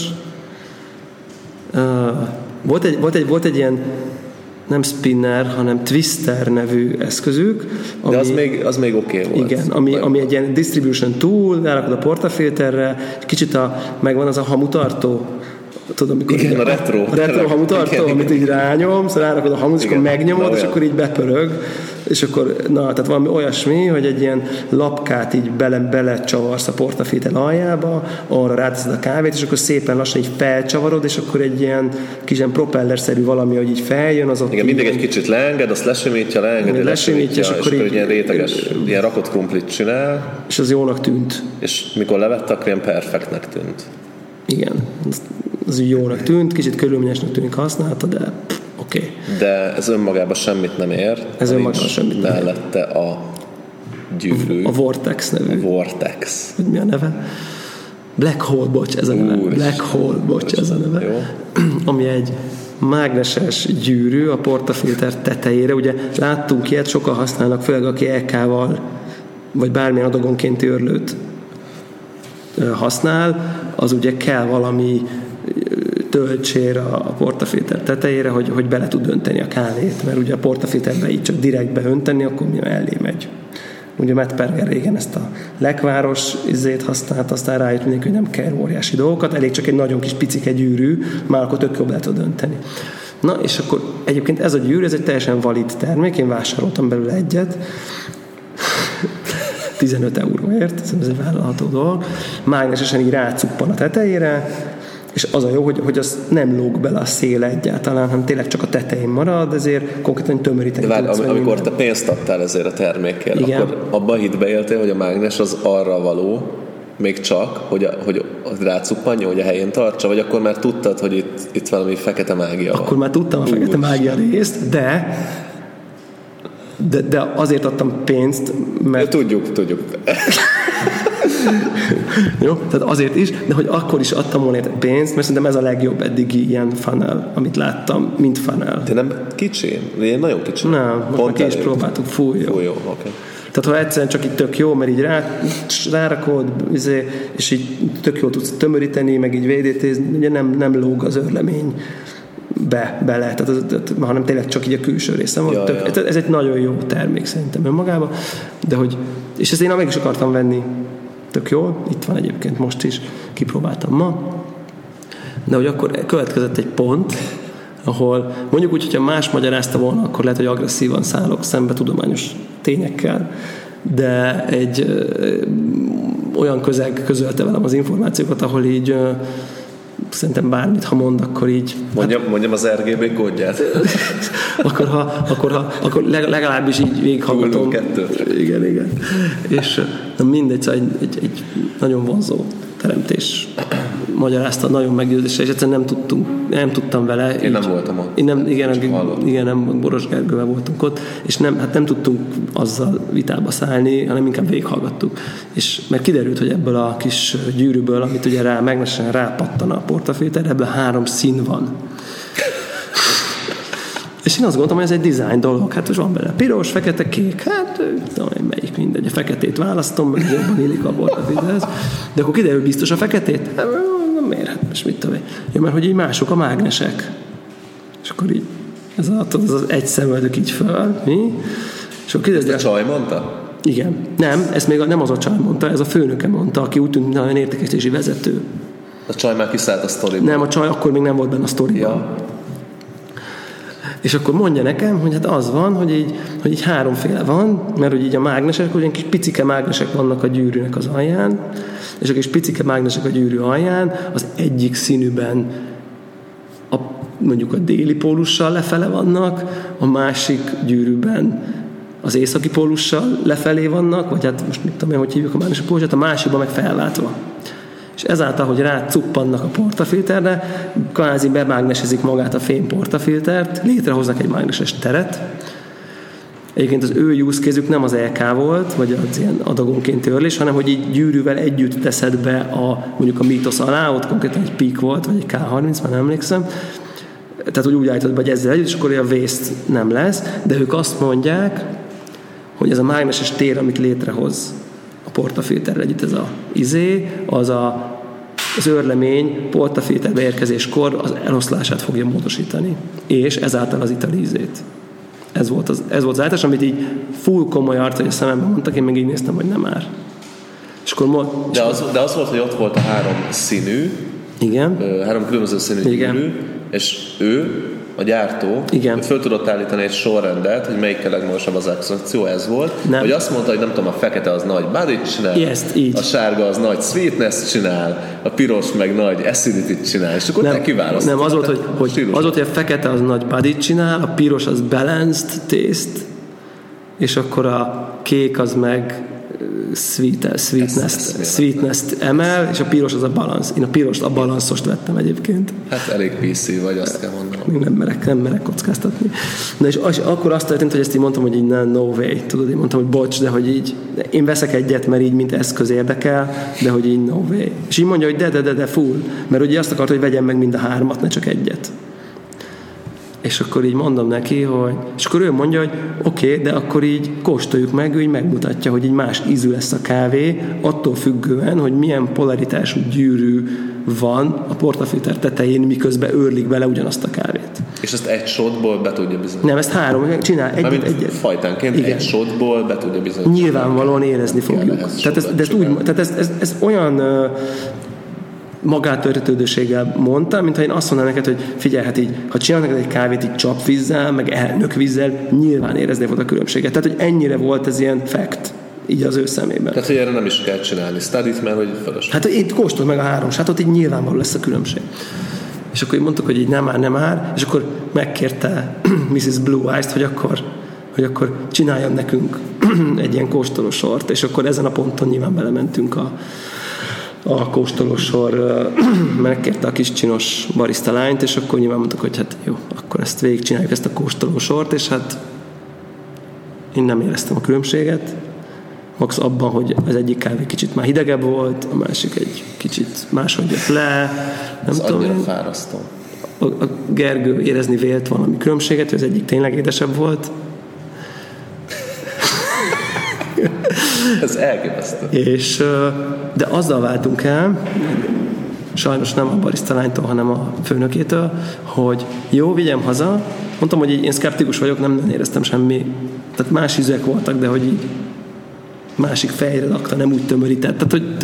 Volt egy ilyen nem spinner, hanem twister nevű eszközük. Ami, de az még oké volt. Igen, ami egy ilyen distribution tool, rárakod a portafilterre, kicsit megvan az a hamutartó, tudom, amikor igen, a retro hamutartó, amit így rányomsz, rárakod a hamut, és akkor megnyomod, és akkor így bepörög, és akkor, tehát valami olyasmi, hogy egy ilyen lapkát így belecsavarsz a portafilter aljába, arra ráteszed a kávét, és akkor szépen lassan így felcsavarod, és akkor egy ilyen kis ilyen propellerszerű valami, hogy így feljön, az ott. Igen, mindig egy kicsit leenged, azt lesimítja, és akkor így ilyen réteges, ilyen rakott krumplit csinál. És az jónak tűnt. És mikor levette, akkor ilyen perfektnek tűnt. Igen, az úgy jónak tűnt, kicsit körülményesnek tűnik használta, de oké. De ez önmagában semmit nem ér. Ez önmagában semmit nem ér. Mellette a gyűrű. A Vortex nevű. Vortex. Hogy mi a neve? Black Hole, bocs, ez a neve. Black Hole, bocs, ez a neve. Jó. Ami egy mágneses gyűrű a portafilter tetejére. Ugye láttunk ilyet, sokan használnak, főleg aki EK-val, vagy bármilyen adagonkénti örlőt használ, az ugye kell valami töltsér a portafilter tetejére, hogy bele tud önteni a kávét, mert ugye a portafilterbe így csak direktbe önteni, akkor mi mellé megy. Ugye Matt Perger régen ezt a lekváros használt, aztán rájött mindenki, hogy nem kell óriási dolgokat, elég csak egy nagyon kis picike gyűrű, már akkor tök jobb le tud önteni. Na, és akkor egyébként ez a gyűrű, ez egy teljesen valid termék, én vásároltam belőle egyet, 15 euróért, ez egy vállalható dolog, mágnesesen így rácuppan a tetejére, és az a jó, hogy az nem lóg bele a szél egyáltalán, hanem tényleg csak a tetején marad, ezért konkrétan tömöríteni tudsz. Amikor te pénzt adtál ezért a termékért, akkor abban hitbe éltél, hogy a mágnes az arra való, még csak, hogy rácuppanjon, hogy a helyén tartsa, vagy akkor már tudtad, hogy itt valami fekete mágia van? Akkor már tudtam a fekete mágia részt, de azért adtam pénzt, mert... Tudjuk. Jó, tehát azért is, de hogy akkor is adtam volna pénzt, mert szerintem ez a legjobb eddigi ilyen funnel, amit láttam, mint funnel. De nem kicsi? Ilyen nagyon kicsi? Nem, most már ki is próbáltuk, fúj jó. Okay. Tehát ha egyszerűen csak így tök jó, mert így rárakod, és így tök jól tudsz tömöríteni, meg így VDT-zni, ugye nem lóg az örlemény bele, hanem tényleg csak így a külső része van. Ez egy nagyon jó termék szerintem önmagában, de hogy, és ezt én meg is akartam venni, tök jó, itt van egyébként most is, kipróbáltam ma, de hogy akkor következett egy pont, ahol mondjuk úgy, hogyha más magyarázta volna, akkor lehet, hogy agresszívan szállok szembe tudományos tényekkel, de egy olyan közeg közölte velem az információkat, ahol így szerintem bármit, ha mond, akkor így... Mondjam az RGB kódját. akkor legalábbis így végighallgatom. Igen. És mindegy, szóval egy nagyon vonzó teremtés magyarázta, nagyon meggyőzésre, és egyszerűen nem tudtam vele. Én nem voltam ott. Nem Boros Gergővel voltunk ott, és nem tudtunk azzal vitába szállni, hanem inkább végighallgattuk. És mert kiderült, hogy ebből a kis gyűrűből, amit ugye mágnesen rápattan a portafilter, ebből 3 szín van. És én azt gondoltam, hogy ez egy design dolog. Hát most van bele piros, fekete, kék, hát tudom én melyik, mindegy. A feketét választom, mert jobban illik a portafilterhez. De akkor kiderül biztos a feketét? Hát, miért? Hát most mit tudom én. Ja, mert hogy így mások a mágnesek. És akkor így ez az egy szemöldök így föl. Mi? És akkor kiderül, ezt a csaj mondta? Igen. Nem, ezt még nem az a csaj mondta, ez a főnöke mondta, aki úgy tűnt, nagyon értékesítési vezető. A csaj már kiszállt a sztoriban. Nem, a csaj akkor még nem volt benne a sztoriban. Ja. És akkor mondja nekem, hogy hát az van, hogy így 3-féle van, mert hogy így a mágnesek, hogy ilyen kis picike mágnesek vannak a gyűrűnek az alján, és a kis picike mágnesek a gyűrű alján, az egyik színűben mondjuk a déli pólussal lefele vannak, a másik gyűrűben az északi pólussal lefelé vannak, vagy hát most mit tudom én, hogy hívjuk a mágnesek pólusát, a másikban meg felváltva. És ezáltal, hogy rácuppannak a portafilterre, kvázi bemágnesezik magát a fém portafiltert, létrehoznak egy mágneses teret, Egyébként az ő use case-ük nem az LK volt, vagy az ilyen adagonkénti örlés, hanem hogy így gyűrűvel együtt teszed be mondjuk a mítosz alá, ott konkrétan egy Peak volt, vagy egy K30, már nem emlékszem. Tehát, hogy úgy állítod be, hogy ezzel együtt, és akkor a waste nem lesz, de ők azt mondják, hogy ez a mágneses tér, amit létrehoz a portafilterrel együtt, ez az őrlemény portafilterbe érkezéskor az eloszlását fogja módosítani, és ezáltal az itali ízét. Ez volt az általános, amit így full komoly arc, hogy a szememben mondtak, én meg így néztem, hogy nem már. És akkor de az volt, hogy ott volt a 3 színű, igen. 3 különböző színű gyűrű, és ő, a gyártó, föl tudott állítani egy sorrendet, hogy melyikkel legmagasabb az extrakció, ez volt. Nem. Hogy azt mondta, hogy nem tudom, a fekete az nagy body-t csinál, a sárga az nagy sweetness csinál, a piros meg nagy acidity-t csinál, és akkor te kiválasztod. Nem, az volt, hogy a fekete az nagy body-t csinál, a piros az balanced taste, és akkor a kék az meg sweetness-t emel, és a piros az a balance. Én a pirost, a balanszost vettem egyébként. Hát elég PC vagy, azt kell mondanom. Nem merek kockáztatni. Na és akkor azt történt, hogy ezt így mondtam, hogy így no way, tudod, én mondtam, hogy bocs, de hogy így én veszek egyet, mert így mint eszköz érdekel, de hogy így no way. És így mondja, hogy de full, mert ugye azt akart, hogy vegyem meg mind a 3-at, ne csak egyet. És akkor így mondom neki, hogy... És akkor ő mondja, hogy oké, de akkor így kóstoljuk meg, ő így megmutatja, hogy így más ízű lesz a kávé, attól függően, hogy milyen polaritású gyűrű van a portafilter tetején, miközben őrlik bele ugyanazt a kávét. És ezt egy shotból be tudja bizonyítani? Nem, ezt 3, csinál egyet. Fajtánként igen. Egy shotból be tudja bizonyítani. Nyilvánvalóan érezni fogjuk. Tehát ez olyan... magátörtetődőséggel mondta, mintha én azt mondanám neked, hogy figyelj, hát így, ha csinál neked egy kávét így csapvízzel, meg elnökvízzel, nyilván érezni volt a különbséget. Tehát, hogy ennyire volt ez ilyen fact, így az ő szemében. Tehát, hogy erre nem is kell csinálni studyt, mert hogy fölös. Hát itt kóstold meg a 3 sátot, így nyilvánvaló lesz a különbség. És akkor így mondtuk, hogy így nem már, és akkor megkérte Mrs. Blue Eyes-t, hogy akkor csináljon nekünk egy ilyen kóstolósort, és akkor ezen a ponton nyilván belementünk a kóstolósor, megkérte a kis csinos barista lányt, és akkor nyilván mondtuk, hogy hát jó, akkor ezt végigcsináljuk, ezt a kóstolósort, és hát én nem éreztem a különbséget. Max abban, hogy az egyik kávé kicsit már hidegebb volt, a másik egy kicsit máshogy jött le. Nem az tudom, annyira fárasztó. A Gergő érezni vélt valami különbséget, hogy az egyik tényleg édesebb volt. Ez elképesztő. De azzal váltunk el, sajnos nem a barista lánytól, hanem a főnökétől, hogy jó, vigyem haza. Mondtam, hogy én szkeptikus vagyok, nem éreztem semmi. Tehát más ízek voltak, de hogy így másik fejre rakta, nem úgy tömörített.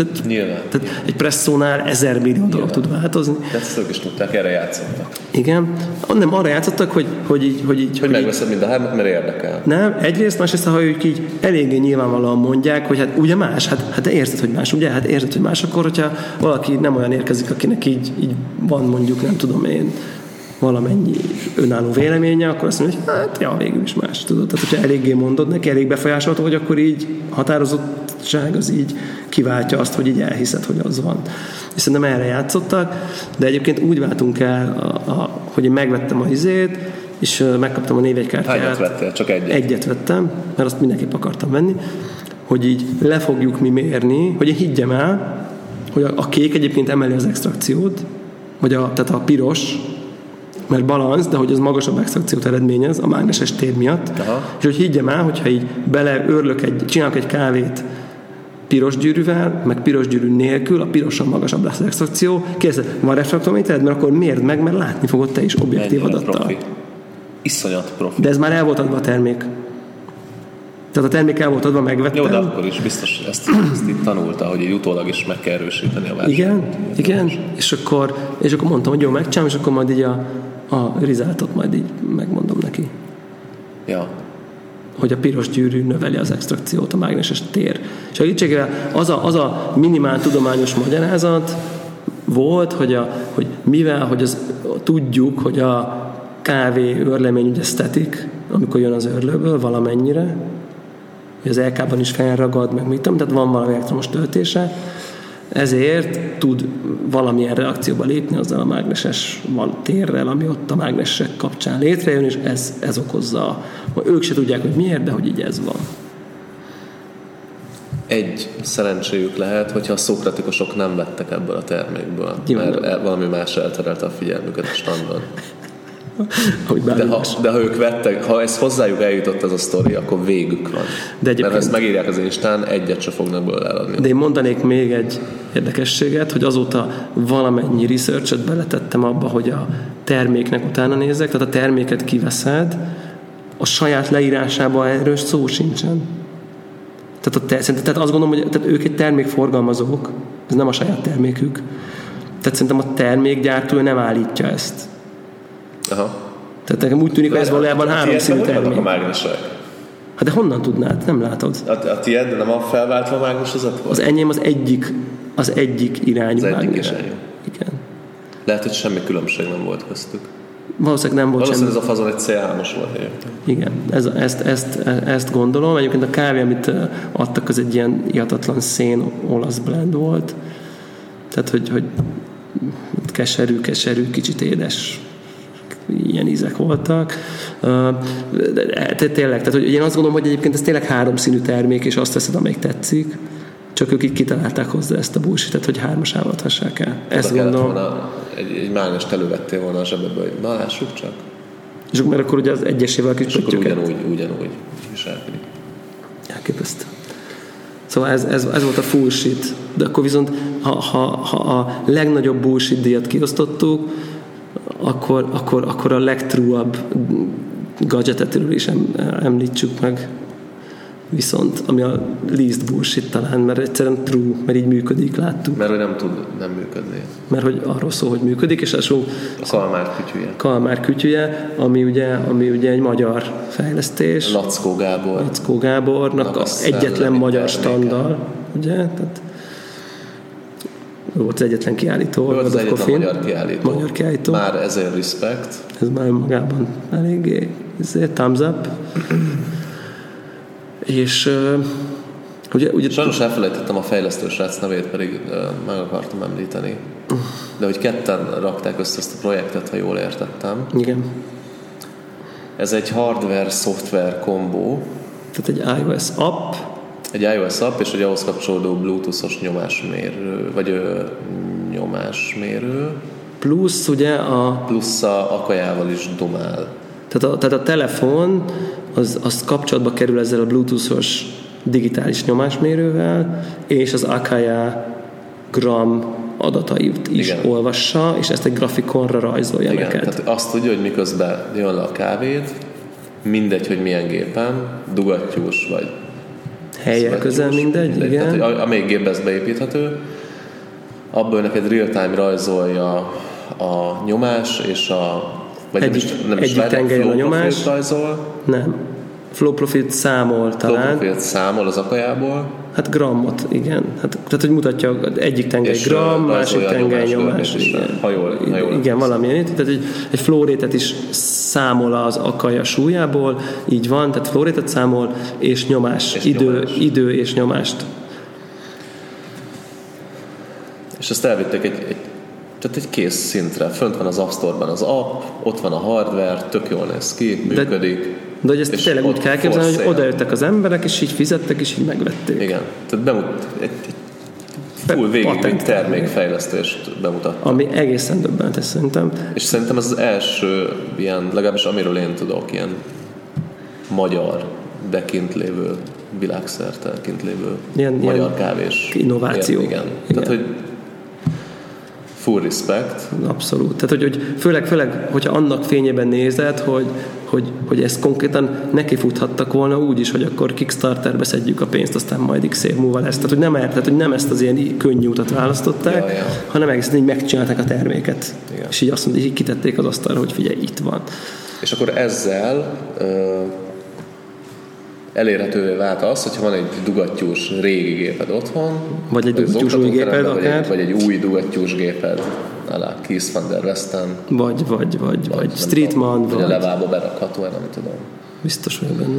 Tehát egy presszónál 1000 millió dolog tud változni. De ezt ők is tudták, erre játszottak. Igen. Nem, arra játszottak, hogy megveszed mind a 3-at, mert érdekel. Nem, egyrészt, másrészt, ha ők így eléggé nyilvánvalóan mondják, hogy hát ugye más, hát te érzed, hogy más, ugye? Hát érzed, hogy más, akkor, hogyha valaki nem olyan érkezik, akinek így van mondjuk, nem tudom én, valamennyi önálló véleménye, akkor azt mondja, hogy hát, ja, végül is más, tudod. Tehát, hogyha eléggé mondod neki, elég befolyásolható, hogy akkor így határozottság az így kiváltja azt, hogy így elhiszed, hogy az van. És szerintem erre játszottak, de egyébként úgy váltunk el, hogy én megvettem a izét, és megkaptam a névjegykártyát. Hányat vettél? Csak egyet? Egyet vettem, mert azt mindenképp akartam venni, hogy így le fogjuk mi mérni, hogy én higgyem el, hogy a kék egyébként emeli az extrakciót, vagy tehát a piros, mert balansz, de hogy az magasabb extrakciót eredményez a mágneses tér miatt. Aha. És hogy higgyem el, hogyha így csinálok egy kávét piros gyűrűvel, meg piros gyűrű nélkül, a pirosan magasabb lesz az extrakció. Kérdezed, van refraktométered? Mert akkor mérd meg, mert látni fogod te is objektív adattal. Profi. Iszonyat profi. De ez már el volt adva a termék. Tehát a termék el volt adva, megvettem. Jó, de akkor is biztos ezt itt tanulta, hogy egy utólag is meg kell erősíteni a versenyt. Igen. És akkor mondtam, hogy jó, megcsinálom, és akkor majd így a rizáltot majd így megmondom neki. Ja. Hogy a piros gyűrű növeli az extrakciót, a mágneses tér. És a segítségével az a minimál tudományos magyarázat volt, hogy mivel hogy tudjuk, hogy a kávé őrlemény ugye static, amikor jön az őrlőből valamennyire, hogy az LK-ban is felragad, meg mit tudom, tehát van valami elektromos töltése, Ezért tud valamilyen reakcióba lépni azzal a mágneses térrel, ami ott a mágnesek kapcsán létrejön, és ez okozza. Ők se tudják, hogy miért, de hogy így ez van. Egy szerencséjük lehet, hogyha a szokratikusok nem vettek ebből a termékből, mert valami más elterelte a figyelmüket a standon. De ha ők vettek, ha ez hozzájuk eljutott ez a sztori, akkor végük van. Mert ha ezt megírják az Instán, egyet se fognak belőle eladni. De én mondanék még egy érdekességet, hogy azóta valamennyi research-öt beletettem abba, hogy a terméknek utána nézzek, tehát a terméket kiveszed, a saját leírásában erről szó sincsen. Tehát azt gondolom, hogy tehát ők egy termékforgalmazók, ez nem a saját termékük. Tehát szerintem a termékgyártó nem állítja ezt. Aha. Tehát nekem úgy tűnik, hogy ez valójában háromszínű termék. A mágnesek? Hát de honnan tudnád? Nem látod. A tiéd nem a felváltva mágnesezet volt? Az enyém az egyik irányú mágnes. Igen. Lehet, hogy semmi különbség nem volt köztük. Valószínűleg nem volt semmi. Ez a fazon egy C3-as volt egyébként. Igen, ezt gondolom. Egyébként a kávé, amit adtak, az egy ilyen ihatatlan szén olasz blend volt. Tehát, hogy keserű, kicsit édes ilyen ízek voltak. Tényleg, tehát hogy én azt gondolom, hogy egyébként ez tényleg háromszínű termék, és azt veszed, amelyik tetszik. Csak ők így kitalálták hozzá ezt a bullshit-et, hogy hármasával adhassák el. Ezt gondolom. Egy mágnest elővettél volna a zsebedbe, hogy na lássuk csak. És mert akkor ugye az egyesével kis pöttyöket. És akkor ugyanúgy viselkedik. Elképesztő. Szóval ez volt a full shit. De akkor viszont, ha a legnagyobb bullshit díjat kiosztottuk, akkor a legtruabb gadgetetről is említsük meg. Viszont, ami a least bullshit talán, mert egyszerűen true, mert így működik, láttuk. Mert hogy nem tud nem működni. Mert hogy arról szól, hogy működik, és a Kalmár kütyüje, ami ugye egy magyar fejlesztés. Lackó Gábornak egyetlen magyar standard, ugye? Tehát volt az egyetlen kiállító. Volt az egyetlen magyar kiállító. Már ezért respect. Ez már önmagában eléggé thumbs up. És ugye sajnos elfelejtettem a fejlesztő srác nevét, pedig meg akartam említeni. De hogy ketten rakták össze ezt a projektet, ha jól értettem. Igen. Ez egy hardware-szoftver kombó. Tehát egy iOS app. Egy iOS app, és egy ahhoz kapcsolódó Bluetooth-os nyomásmérő. Plusz ugye Plusz a akajával is domál. Tehát a telefon az kapcsolatba kerül ezzel a Bluetooth-os digitális nyomásmérővel, és az Akaya gram adatait is olvassa, és ezt egy grafikonra rajzolja neked. Tehát azt tudja, hogy miközben jön le a kávéd, mindegy, hogy milyen gépen, dugattyús vagy helye közel mindegy, igen. Tehát, amelyik gépbe ez beépíthető, abból neked real-time rajzolja a nyomás, és egyik tengelyen a nyomás. Rajzol. Nem. Flow Profit számol talán. Flow Profit számol az akajából. Hát grammot, igen. Tehát, hogy mutatja egyik tengely gram, másik tengely nyomás. Ha jól igen, valamilyen. Tehát egy flow rate-et is számol az akaja súlyából, így van, tehát flow rate-et számol, és nyomás, idő és nyomást. És ezt elvitték tehát egy kész szintre. Fönt van az App Store-ban az app, ott van a hardware, tök jól néz ki, működik. De hogy ezt tényleg úgy kell képzelni, hogy odajöttek az emberek, és így fizettek, és így megvették. Igen. Tehát egy full végig termékfejlesztést bemutatta. Ami egészen döbbenetes szerintem. És szerintem ez az első ilyen, legalábbis amiről én tudok, ilyen magyar, de kint lévő, világszerte kint lévő magyar kávés. Innováció. Igen. Tehát, hogy full respect. Abszolút. Tehát, hogy főleg, hogyha annak fényében nézed, hogy ezt konkrétan nekifuthattak volna úgy is, hogy akkor Kickstarterbe szedjük a pénzt, aztán majd x év múlva lesz. Tehát, hogy nem ezt az ilyen könnyű utat választották, hanem egészen így megcsinálták a terméket. Igen. És így azt mondják, így kitették az asztalra, hogy figyelj, itt van. És akkor ezzel elérhetővé vált az, hogyha van egy dugattyús régi géped otthon, vagy egy dugattyús új géped akár, vagy egy új dugattyús géped, alá Keith van der Westen, vagy Streetman, vagy a levába berakható, nem tudom. Biztos vagyok benne.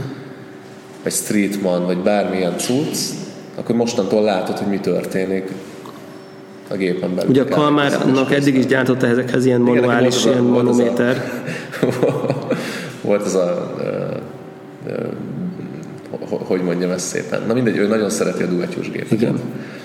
Vagy Streetman, vagy bármilyen cucc, akkor mostantól látod, hogy mi történik a gépen belül. Ugye a Kalmárnak eddig is gyártotta ezekhez ilyen manuális, ilyen manométer. Volt ez hogy mondjam ezt szépen. Na mindegy, ő nagyon szereti a dugattyús gépeket. Igen.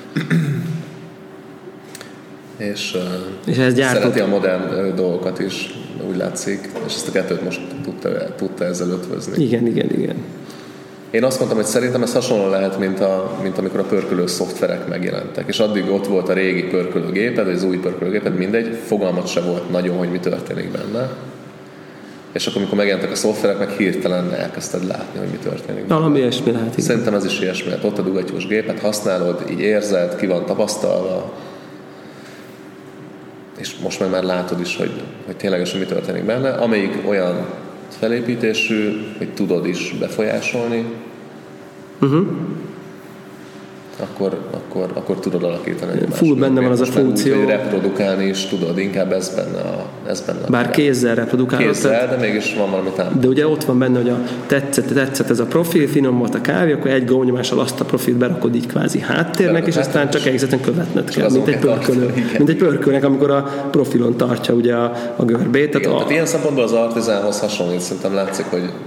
És ez szereti a modern dolgokat is, úgy látszik, és ezt a kettőt most tudta ezzel ötvözni. Igen. Én azt mondtam, hogy szerintem ez hasonló lehet, mint amikor a pörkölő szoftverek megjelentek. És addig ott volt a régi pörkölőgéped, vagy az új pörkölőgéped, mindegy, fogalmat se volt nagyon, hogy mi történik benne. És akkor, amikor megjelentek a szoftverek, meg hirtelen elkezdted látni, hogy mi történik. Valami ilyesmi lehet. Igen. Szerintem ez is ilyesmi. Ott a dugattyús gépet használod, így érzed, ki van tapasztalva, és most meg már látod is, hogy ténylegesen mi történik benne, amelyik olyan felépítésű, hogy tudod is befolyásolni, akkor tudod alakítani egy full benne van az a funkció. Úgy, hogy reprodukálni is tudod, inkább ez benne a bár kézzel reprodukálod. Kézzel, de mégis van valami támogatás. De ugye ott van benne, hogy tetszett ez a profil, finom volt a kávé, akkor egy gombnyomással azt a profilt berakod így kvázi háttérnek, és aztán csak egészen követned kell, mint egy pörkölő. Mint egy pörkölőnek, amikor a profilon tartja ugye a görbét. Tehát ilyen szempontból az Artisanhoz hasonlít, szerintem látszik,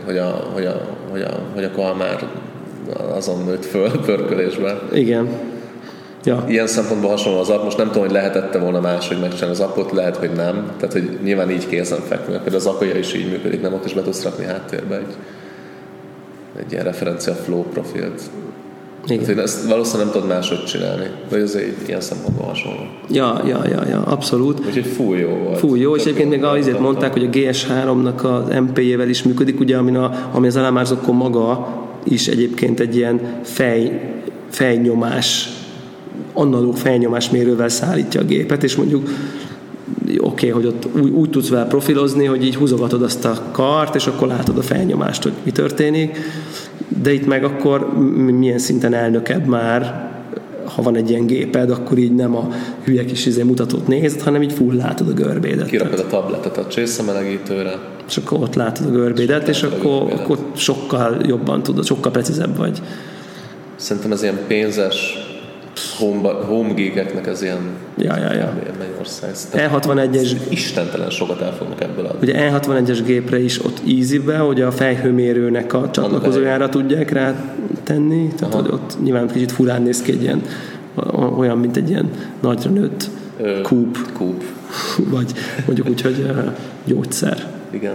hogy a Kalmár azon nőtt föl pörkölésben. Igen. Ja. Ilyen szempontból hasonló az app. Most nem tudom, hogy lehetette volna máshogy megcsinálni az appot, lehet, hogy nem. Tehát, hogy nyilván így kézenfekvő. Például az Akoya is így működik, nem? Ott is be tudsz rakni háttérbe egy ilyen referencia flow profilt. Tehát, hogy ezt valószínűleg nem tudod máshogy csinálni. Vagy ez ilyen szempontból hasonló. Ja, abszolút. Úgyhogy full jó volt. Full jó, és egyébként még azért mondták, hogy a GS3-nak az MP-jével is működik, ugye, ami az Alamar maga is egyébként egy ilyen fejnyomás, analóg fejnyomásmérővel szállítja a gépet, és mondjuk oké, hogy ott úgy tudsz vele profilozni, hogy így húzogatod azt a kart, és akkor látod a fejnyomást, hogy mi történik, de itt meg akkor milyen szinten elnöked már, ha van egy ilyen géped, akkor így nem a hülye kis mutatót nézed, hanem így full látod a görbédet. Kirakod a tabletet a csészszemelegítőre. És akkor ott látod a görbédet, és akkor sokkal jobban tudod, sokkal precízebb vagy. Szerintem ez ilyen pénzes home geekeknek ez ilyen mennyország. E61-es istentelen sokat el fognak ebből adni. Ugye E61-es gépre is ott easy-be, hogy a fejhőmérőnek a csatlakozójára tudják rá tenni, tehát hogy ott nyilván kicsit furán néz ki egy ilyen, olyan, mint egy ilyen nagyra nőtt kúp. Vagy mondjuk úgy, hogy gyógyszer. Igen.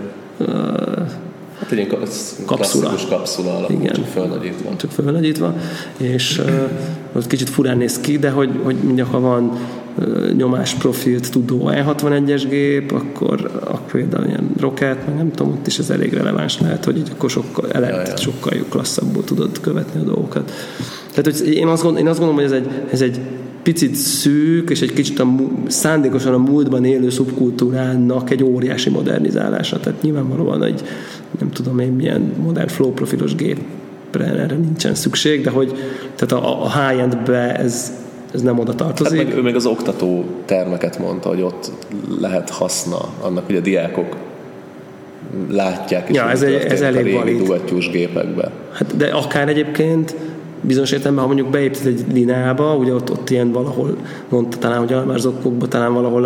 Hát egy ilyen klasszikus kapszula alapú, igen. Csak fölnagyítva. És ott kicsit furán néz ki, de hogy mondjuk, ha van nyomásprofilt tudó E61-es gép, akkor például ilyen Rocket, meg nem tudom, ott is ez elég releváns lehet, hogy így akkor sokkal klasszabbul tudod követni a dolgokat. Tehát, hogy én azt gondolom, hogy ez egy picit szűk, és egy kicsit szándékosan a múltban élő szubkultúrának egy óriási modernizálása. Tehát nyilvánvalóan egy, nem tudom én milyen modern flow profilos gépre erre nincsen szükség, de hogy tehát a high-endbe ez nem oda tartozik. Hát ő még az oktató termeket mondta, hogy ott lehet haszna annak, hogy a diákok látják, és ez elég a régi valid dugattyús gépekbe. Hát, de akár egyébként bizonyos értelemben, ha mondjuk beépített egy lineába, ugye ott ilyen valahol, mondta talán, hogy már zokkokban talán valahol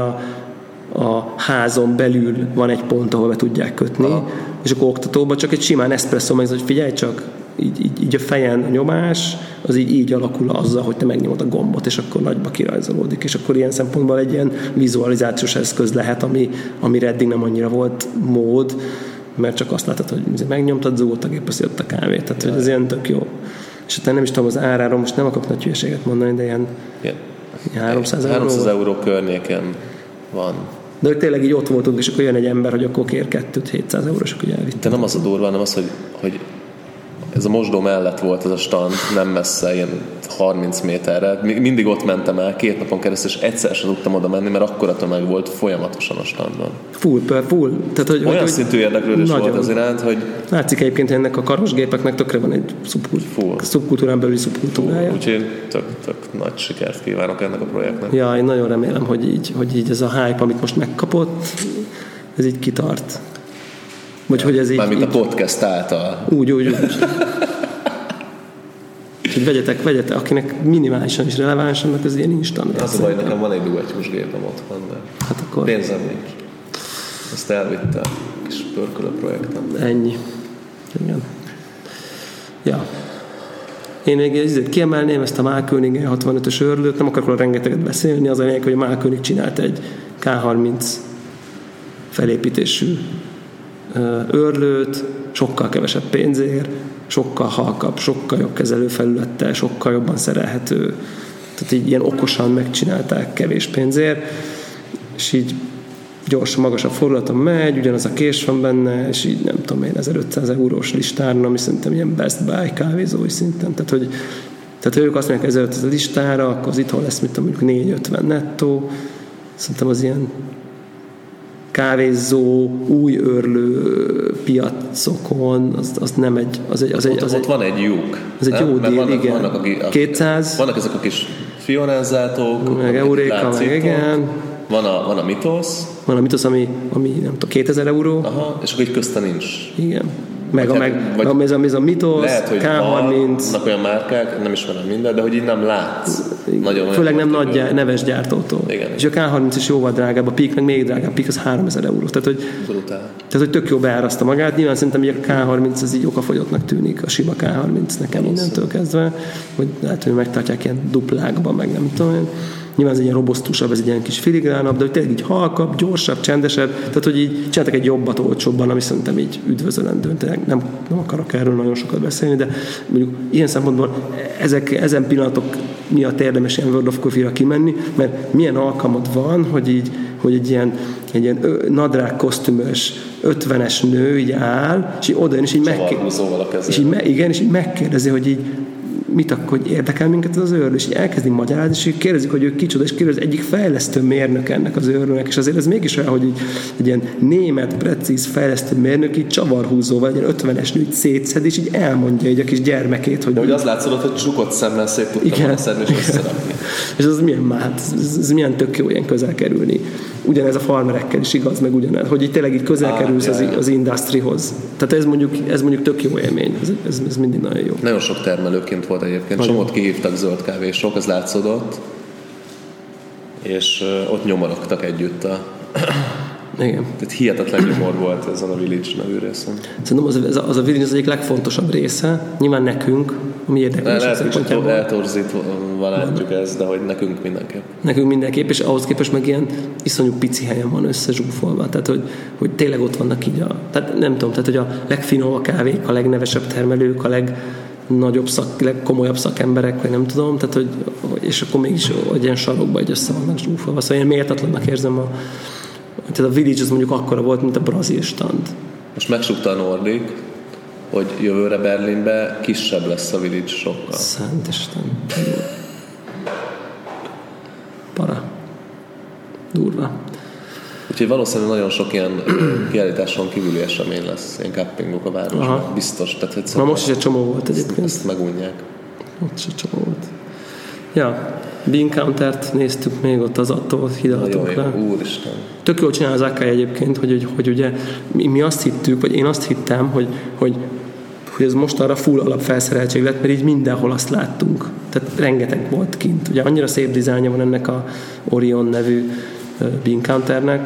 a házon belül van egy pont, ahol be tudják kötni, és akkor oktatóban csak egy simán eszpresszó meg, hogy figyelj csak, így a fejen a nyomás, az így alakul azzal, hogy te megnyomod a gombot, és akkor nagyba kirajzolódik, és akkor ilyen szempontból egy ilyen vizualizációs eszköz lehet, amire eddig nem annyira volt mód, mert csak azt látod, hogy megnyomtad, zúgott a gép, azt jött a kávé, tehát hogy ez ilyen tök jó. És hát nem is tudom az áráról, most nem akarok nagy hülyeséget mondani, de ilyen 300 euró. 300 euró környéken van. De hogy tényleg így ott voltunk, és akkor jön egy ember, hogy akkor kér 200-700 euró, és akkor ugye elvitt. De nem az a durva, hanem az, hogy ez a mosdó mellett volt ez a stand, nem messze, ilyen 30 méterre. Mindig ott mentem el 2 napon keresztül, és egyszer sem tudtam oda menni, mert akkora tömeg volt folyamatosan a standon. Full. Tehát, olyan szintű érdeklődés volt az iránt, hogy... Látszik egyébként ennek a karosgépeknek tökre van egy szubkultúrán belüli szubkultúrája. Úgyhogy tök nagy sikert kívánok ennek a projektnek. Ja, én nagyon remélem, hogy így ez a hype, amit most megkapott, ez így kitart. Vagy hogy ez így... Mármint a podcast által. Úgy. Úgyhogy vegyetek, akinek minimálisan is releváns, annak az ilyen instant. Az a baj, nekem van egy dugattyús gépem otthon, de hát akkor pénzem nincs. Ezt elvitte a kis pörkölő projektem. Ennyi. Igen. Ja. Én még kiemelném ezt a Malkönig 65-ös őrlőt, nem akarok rengeteget beszélni, az a lényeg, hogy Malkönig csinált egy K30 felépítésű őrlőt, sokkal kevesebb pénzért, sokkal halkabb, sokkal jobb kezelőfelülettel, sokkal jobban szerelhető. Tehát így ilyen okosan megcsinálták kevés pénzért, és így gyorsan, magasabb forgulaton megy, ugyanaz a kés van benne, és így nem tudom én, 1500 eurós listára, ami szerintem ilyen Best Buy kávézói szinten. Tehát ők azt mondják, 1500 listára, akkor az itthon lesz, mint mondjuk 450 nettó. Szerintem az ilyen kávézó, új őrlő piacokon, az nem egy... Ott van egy lyuk. Az egy jó díl, igen. Vannak 200. Vannak ezek a kis fiorenzátók. Meg Euréka, meg igen. Van a Mythos. Van a Mythos, ami nem tudom, 2000 euró. Aha, és akkor így közte nincs. Igen. Meg ez a Mythos, lehet, hogy K30. Vannak olyan márkák, nem ismerem mindent, de hogy így nem látsz. Nagyon főleg nem nagy neves gyártótól. Igen. És a K30 is jóval drágább, a Peak meg még drágább, a Peak az 3000 euró. Tehát, hogy tök jó beárazta magát. Nyilván szerintem hogy a K30 az így okafogyottnak tűnik, a sima K30 nekem mindentől kezdve, hogy lehet, hogy megtartják ilyen duplákban, meg nem tudom. Nyilván ez egy ilyen robosztusabb, ez egy ilyen kis filigránabb, de hogy tényleg így halkabb, gyorsabb, csendesebb, tehát hogy így csináltak egy jobbat olcsóbban, ami szerintem így üdvözölendő. Tényleg nem akarok erről nagyon sokat beszélni, de mondjuk ilyen szempontból ezen pillanatok miatt érdemes ilyen World of Coffee-ra kimenni, mert milyen alkalmad van, hogy egy ilyen nadrág kosztümös 50-es nő így áll, és így oda jön, és így megkérdezi, hogy így mit akkor, hogy érdekel minket az őrlő, és elkezdi magyarázni, és kérdezik, hogy ő kicsoda, és kérdezik, egyik fejlesztő mérnök ennek az őrlőnek, és azért ez mégis olyan, hogy egy ilyen német, precíz fejlesztő mérnök így csavarhúzóval, egy ilyen 50-es nőt szétszed, és így elmondja egy a kis gyermekét, hogy... De hogy az látszott, hogy csukott szemmel szét tudtam volna szedni, és összerakni. És ez milyen ez milyen tök jó ilyen közel kerülni. Ugyanez a farmerekkel is igaz, meg ugyanez, hogy így tényleg így közel kerülsz az industrihoz. Tehát ez mondjuk tök jó élmény, ez mindig nagyon jó. Nagyon sok termelőként volt egyébként, csomót kihívtak zöld kávésok, az látszódott, és ott nyomorogtak együtt Igen. Tehát hihetetlen nyomor volt ezen a Village nevű részen. Szerintem az a Village az egyik legfontosabb része, nyilván nekünk, ami érdekelés. Lehet, hogy eltorzítva látjuk ezt, de hogy nekünk mindenképp. Nekünk mindenképp, és ahhoz képest meg ilyen iszonyú pici helyen van összezsúfolva. Tehát, hogy tényleg ott vannak így tehát nem tudom, tehát, hogy a legfinomabb kávék, a legnevesebb termelők, a legnagyobb legkomolyabb szakemberek, vagy nem tudom, tehát, hogy, és akkor mégis ilyen sarokba egy össze vannak zsúfolva. Szóval én méltatlannak érzem tehát a Village az mondjuk akkora volt, mint a brazil stand. Most megsúgta a Nordic, hogy jövőre Berlinbe kisebb lesz a Village sokkal. Szent Isten. Para. Durva. Úgyhogy valószínűleg nagyon sok ilyen kiállításon kívüli esemény lesz, ilyen cuppingok a városban. Aha. Biztos. Tehát, most is egy csomó volt egyébként. Ezt megunják. Ott is egy csomó volt. Ja. Bean Countert néztük még ott az attól hidalatunkra. Úristen. Tök jól csinál az Akai egyébként, hogy ugye mi azt hittük, vagy én azt hittem, hogy ez most arra full alapfelszereltség lett, mert így mindenhol azt láttunk. Tehát rengeteg volt kint. Ugye annyira szép dizájnja van ennek a Orion nevű Bean Counternek,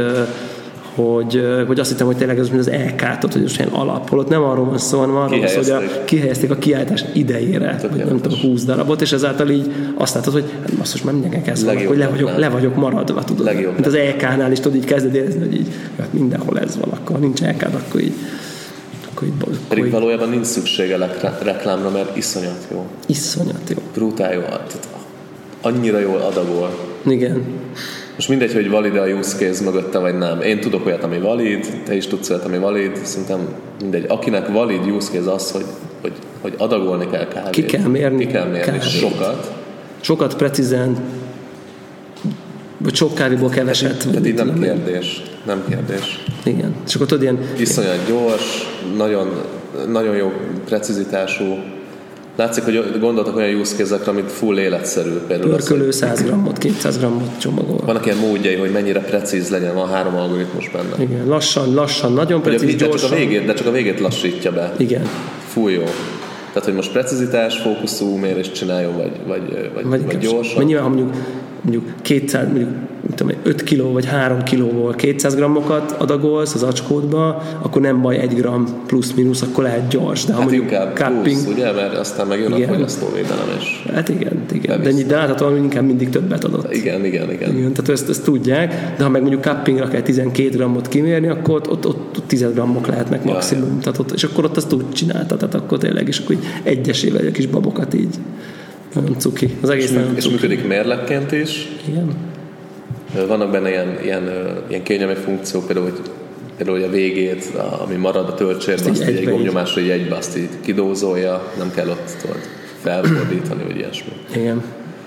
hogy azt hittem, hogy tényleg ez mint az LK-tot, hogy most ilyen alap, holott nem arról van szó, hanem arról van szó, hogy kihelyezték a kiállítás idejére, vagy nem tudom, 20 darabot, és ezáltal így azt látod, hogy hát most már mindenki ez van, hogy le vagyok maradva, tudod. Legjobb. Mint az LK-nál is tudod, így kezded érezni, hogy így, hát mindenhol ez van, akkor nincs LK-d, akkor így pedig valójában nincs szüksége reklámra, mert iszonyat jó. Iszonyat jó. Brutál jó. Tehát annyira jól adagol. Igen. Most mindegy, hogy valid a use case mögötte, vagy nem. Én tudok olyat, ami valid, te is tudsz olyat, ami valid. Szerintem mindegy. Akinek valid use case az, hogy adagolni kell kávét. Ki kell mérni sokat. Sokat, precízen, vagy sok kávéból keveset. Tehát így nem kérdés. Nem kérdés. Igen. És akkor tudod ilyen... Iszonyat gyors, nagyon, nagyon jó precizitású. Látszik, hogy gondoltak olyan use case-ekre, amit full életszerű. Pörkölő 100 grammot, 200 grammot csomagol. Vannak ilyen módjai, hogy mennyire precíz legyen, van 3 algoritmus benne. Igen, lassan, nagyon precíz, gyorsan. De csak a végét lassítja be. Igen. Full jó. Tehát, hogy most precizitás, fókuszú mérést csináljon, vagy gyorsan. Mert nyilván, ha mondjuk 200, mondjuk 5 kg vagy 3 kg-ból 200 grammokat adagolsz az acskódba, akkor nem baj 1 gram plusz-minusz, akkor lehet gyors. De hát inkább plusz, ugye? Mert aztán megjön a fogyasztóvédelem is. Hát igen. De láthatóan inkább mindig többet adott. Igen. Tehát ezt tudják, de ha meg mondjuk cuppingra kell 12 grammot kimérni, akkor ott 10 grammok lehetnek maximum. Tehát ott, és akkor ott azt úgy csinálta, tehát akkor tényleg, és akkor így egyesével a kis babokat így. Nagyon cuki. Az egész és működik mérlegként is. Igen. Vannak benne ilyen kényelmi funkciók, például, hogy a végét, ami marad a töltsérbe, azt egy gombnyomásra így egybe azt így kidózolja, nem kell ott felfordítani, vagy ilyesmi. Igen.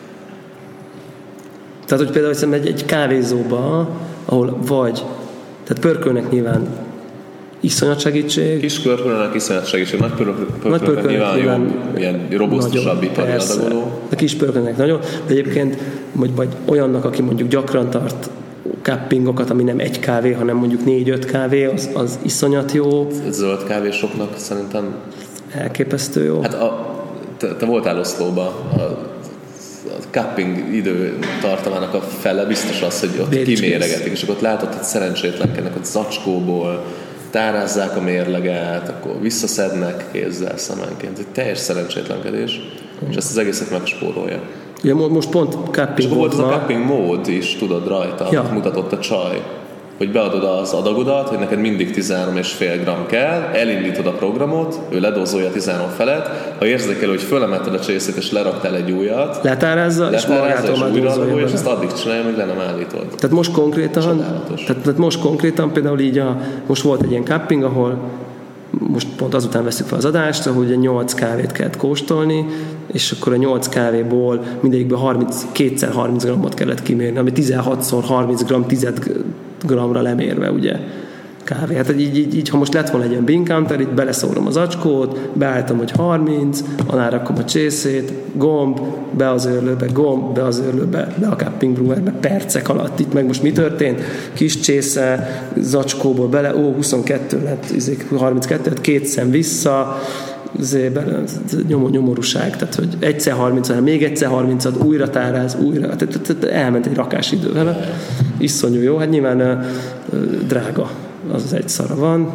Tehát, hogy például egy kávézóba, ahol tehát pörkölnek nyilván iszonyat segítség. Kis pörkölnek iszonyat segítség, nagy pörkölnek nyilván jó, ilyen robusztusabb ipari adagoló. A kis pörkölnek nagyon, de egyébként vagy olyannak, aki mondjuk gyakran tart cuppingokat, ami nem egy kávé, hanem mondjuk 4-5 kávé, az iszonyat jó. Zöld kávésoknak szerintem elképesztő jó. Hát te voltál Oszlóba, a cupping idő tartamának a fele biztos az, hogy ott kiméregetik, és akkor ott látod, hogy szerencsétlenkednek ott zacskóból, tárázzák a mérleget, akkor visszaszednek kézzel szemenként. Egy teljes szerencsétlenkedés, és ezt az egészet megspórolja. Ja, most pont cupping és volt az a cupping mód is, tudod, rajta, amit mutatott a csaj, hogy beadod az adagodat, hogy neked mindig 13,5 gram kell, elindítod a programot, ő ledózolja 13 felett, ha érzékel, hogy fölemelted a csészét és leraktál egy újat, letárázza és újra adagolja, és ezt addig csinálja, amíg le nem állítod. Tehát most konkrétan például így most volt egy ilyen cupping, ahol most pont azután veszük fel az adást, ahol ugye 8 kávét kellett kóstolni, és akkor a 8 kávéból mindegyikből 2x30 grammot kellett kimérni, ami 16x30 gram 10 gramra lemérve, ugye, kávé. Hát így, ha most lett volna egy ilyen bean counter, itt beleszórom az acskót, beállítom, hogy 30, alá rakom a csészét, gomb, be az őrlőbe, be a cupping brewerbe, percek alatt. Itt meg most mi történt? Kis csésze, zacskóból bele, 22 lett, 32, 2 szem vissza, nyomorúság, tehát hogy egyszer 30, hanem még egyszer 30-ad, újra táráz, újra, tehát elment egy rakás idő vele. Iszonyú jó, hát nyilván drága, az egy szara van,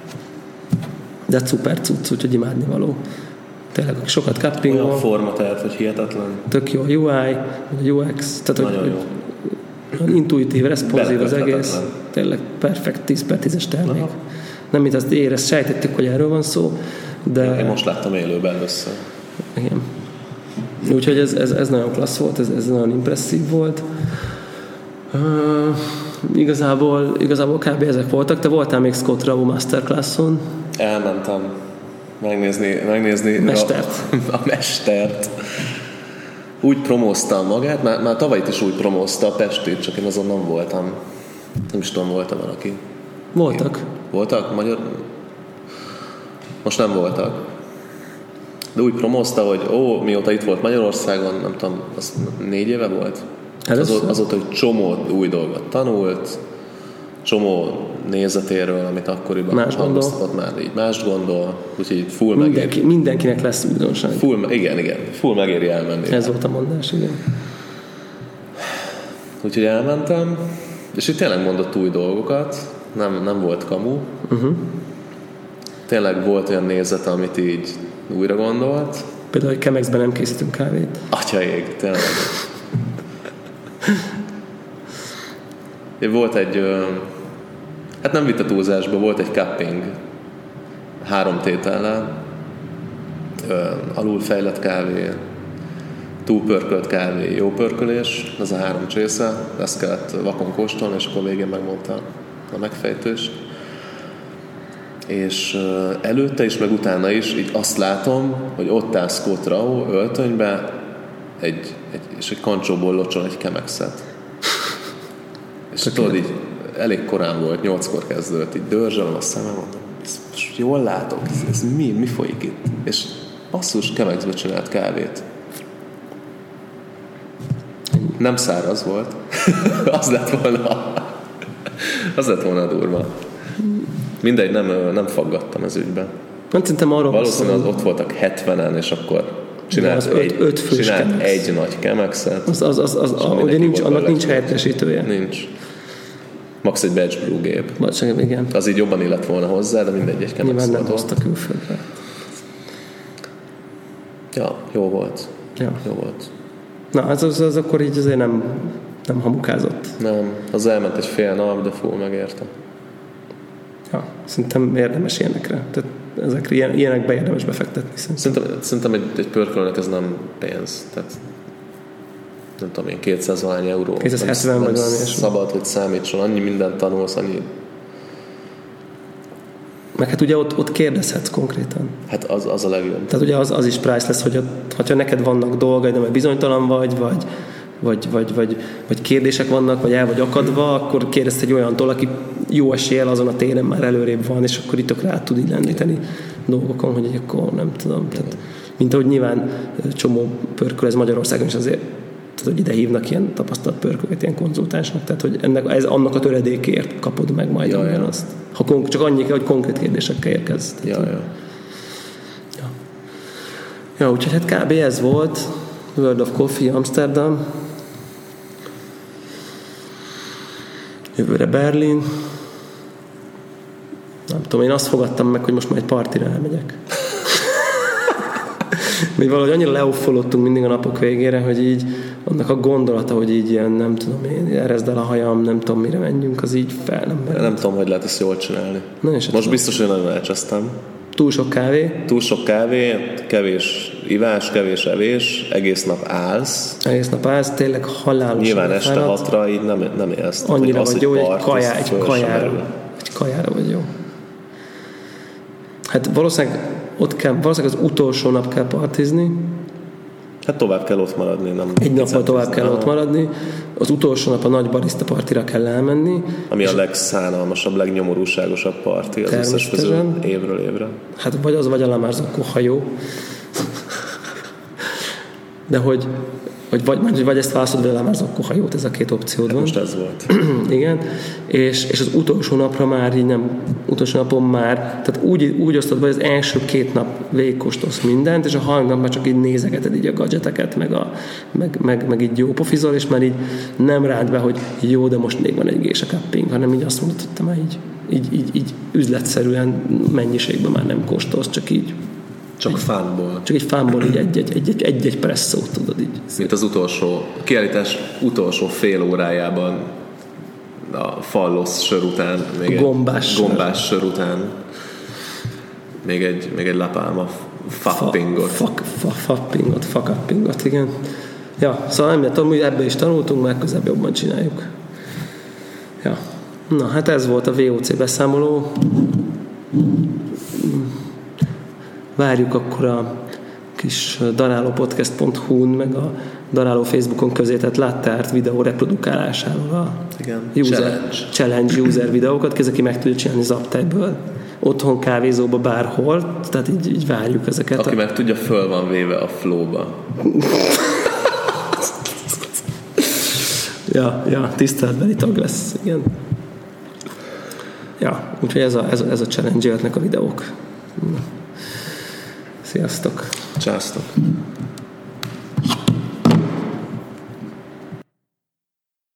de szuper cucc, úgyhogy imádni való. Tényleg sokat cuppingol. Olyan forma tehát, hogy hihetetlen. Tök jó a UI, a UX, tehát hogy intuitív, responsív az egész. Tényleg perfekt 10/10-es termék. Aha. Nem, mint azt sejtettük, hogy erről van szó, de... Én most láttam élőben először. Igen. Úgyhogy ez nagyon klassz volt, ez nagyon impresszív volt. Igazából kb. Ezek voltak. Te voltál még Scott Rao Masterclasson? Elmentem megnézni Mestert. A mestert. Úgy promózta magát, már tavalyt is úgy promózta a Pestét, csak én azon nem voltam. Nem is tudom, volt-e valaki. Voltak. Voltak? Magyar? Most nem voltak. De úgy promózta, hogy mióta itt volt Magyarországon, nem tudom, az 4 éve volt? Azóta, hogy csomó új dolgot tanult, csomó nézetéről, amit akkoriban hangoztatott már így mást gondol, úgyhogy full megéri. Mindenkinek lesz újdonság. Igen, full megéri elmenni. Ez volt a mondás, igen. Úgyhogy elmentem, és itt tényleg mondott új dolgokat, nem volt kamu. Tényleg volt olyan nézet, amit így újra gondolt. Például, hogy Chemexben nem készítünk kávét. Atyaég, tényleg. Volt egy, hát nem vitt a túlzásba, volt egy cupping 3 tétellel, alulfejlett kávé, túlpörkölt kávé, jó pörkölés, ez a 3 csésze, ezt kellett vakon kóstolni, és akkor végén megmondta a megfejtést. És előtte is, meg utána is így azt látom, hogy ott áll Scott Rao öltönybe, és egy kancsóból locsol egy Chemexet. És tudod, így elég korán volt, 8-kor kezdődött, így dörzsölöm a szemem, mondom, most jól látok, ez mi folyik itt? És basszus, Chemexbe csinált kávét. Nem száraz volt. az lett volna durva. Mindegy, nem faggattam ez ügyben. Szerintem arról valószínűleg ott voltak 70-en, és akkor csinált egy nagy Chemexet. Ugye annak nincs helyettesítője. Nincs. Max egy batch brew gép. Igen. Az így jobban illett volna hozzá, de mindegy, egy Chemex nyilván volt. nem hozta külföldre. Ja, jó volt. Ja. Jó volt. Na, az akkor így azért nem hamukázott. Nem, az elment egy fél nap, de full megérte. Ja, szerintem érdemes ilyenekre. Tehát ezekre ilyenekbe érdemes befektetni. Szerintem egy pörkölőnek ez nem pénz. Tehát nem tudom én, 200 valány euró. 270 vagy valami ilyesmi. Szabad, hogy számítson. Annyi mindent tanulsz, annyi... Meg hát ugye ott kérdezhetsz konkrétan. Hát az a legjobb. Tehát ugye az is priceless, hogy ha neked vannak dolgaid, de meg bizonytalan vagy kérdések vannak, vagy el vagy akadva, akkor kérdezz egy olyantól, aki jó eséllyel azon a téren már előrébb van, és akkor itt rá tud így lendíteni dolgokon, hogy akkor nem tudom. Tehát, mint ahogy nyilván csomó pörköl, ez Magyarországon is azért, tehát, hogy ide hívnak ilyen tapasztalt pörköket, ilyen konzultánsnak, tehát hogy ez annak a töredékért kapod meg majd azt. Ha csak annyi kell, hogy konkrét kérdésekkel érkezz. Ja, úgyhogy hát kb. Ez volt World of Coffee Amsterdam. Jövőre Berlin. Nem tudom, én azt fogadtam meg, hogy most már egy partira elmegyek. Mi valahogy annyira leuffolottunk mindig a napok végére, hogy így annak a gondolata, hogy így ilyen, nem tudom én, erezd el a hajam, nem tudom mire menjünk, az így fel nem berült. Nem tudom, hogy lehet ezt jól csinálni. Most biztos, hogy nagyon elcsesztem. Túl sok kávé, kevés ivás, kevés evés, egész nap állsz, tényleg halálosan. Nyilván este 6-ra így nem élsz. Annyira vagy jó, hogy egy kajára vagy jó. Hát valószínűleg az utolsó nap kell partizni. Hát tovább kell ott maradni. Egy nappal tovább kell ott maradni. Az utolsó nap a nagy barista partira kell elmenni. Ami a legszánalmasabb, legnyomorúságosabb parti az összes közül évről évre. Hát vagy az, vagy a Lamarzacco hajó. De vagy ezt választod, vagy a Lamarzacco hajót, ez a két opciód van. Most ez volt. Igen. És az utolsó napra már így nem, utolsó napon már, tehát úgy osztod, hogy az első 2 nap végigkóstolsz mindent, és a harmadik nap már csak így nézegeted így a gadgeteket, meg így jó pofizol, és már így nem rád be, hogy jó, de most még van egy gése cupping, hanem így azt mondod, hogy te már így üzletszerűen mennyiségben már nem kóstolsz, csak így csak fánból. Csak egy fánból így egy presszót, tudod így. Mint az kiállítás utolsó fél órájában a fallosz sör után, még gombás sör után még egy La Palma fappingot, igen. Ja, szóval nem tudom, hogy ebből is tanultunk, mert közebb jobban csináljuk. Ja. Na, hát ez volt a VOC beszámoló. Várjuk akkor a kis darálópodcast.hu-n, meg a Daráló Facebookon közé tett láttárt videó reprodukálásáról a challenge user videókat, kéz, aki meg tudja csinálni Zaptyből, otthon, kávézóba, bárhol, tehát így várjuk ezeket. Aki meg tudja, föl van véve a flow-ba. ja, tiszteletbeli tag lesz, igen. Ja, úgyhogy ez a challenge életnek a videók. Sziasztok! Császtok!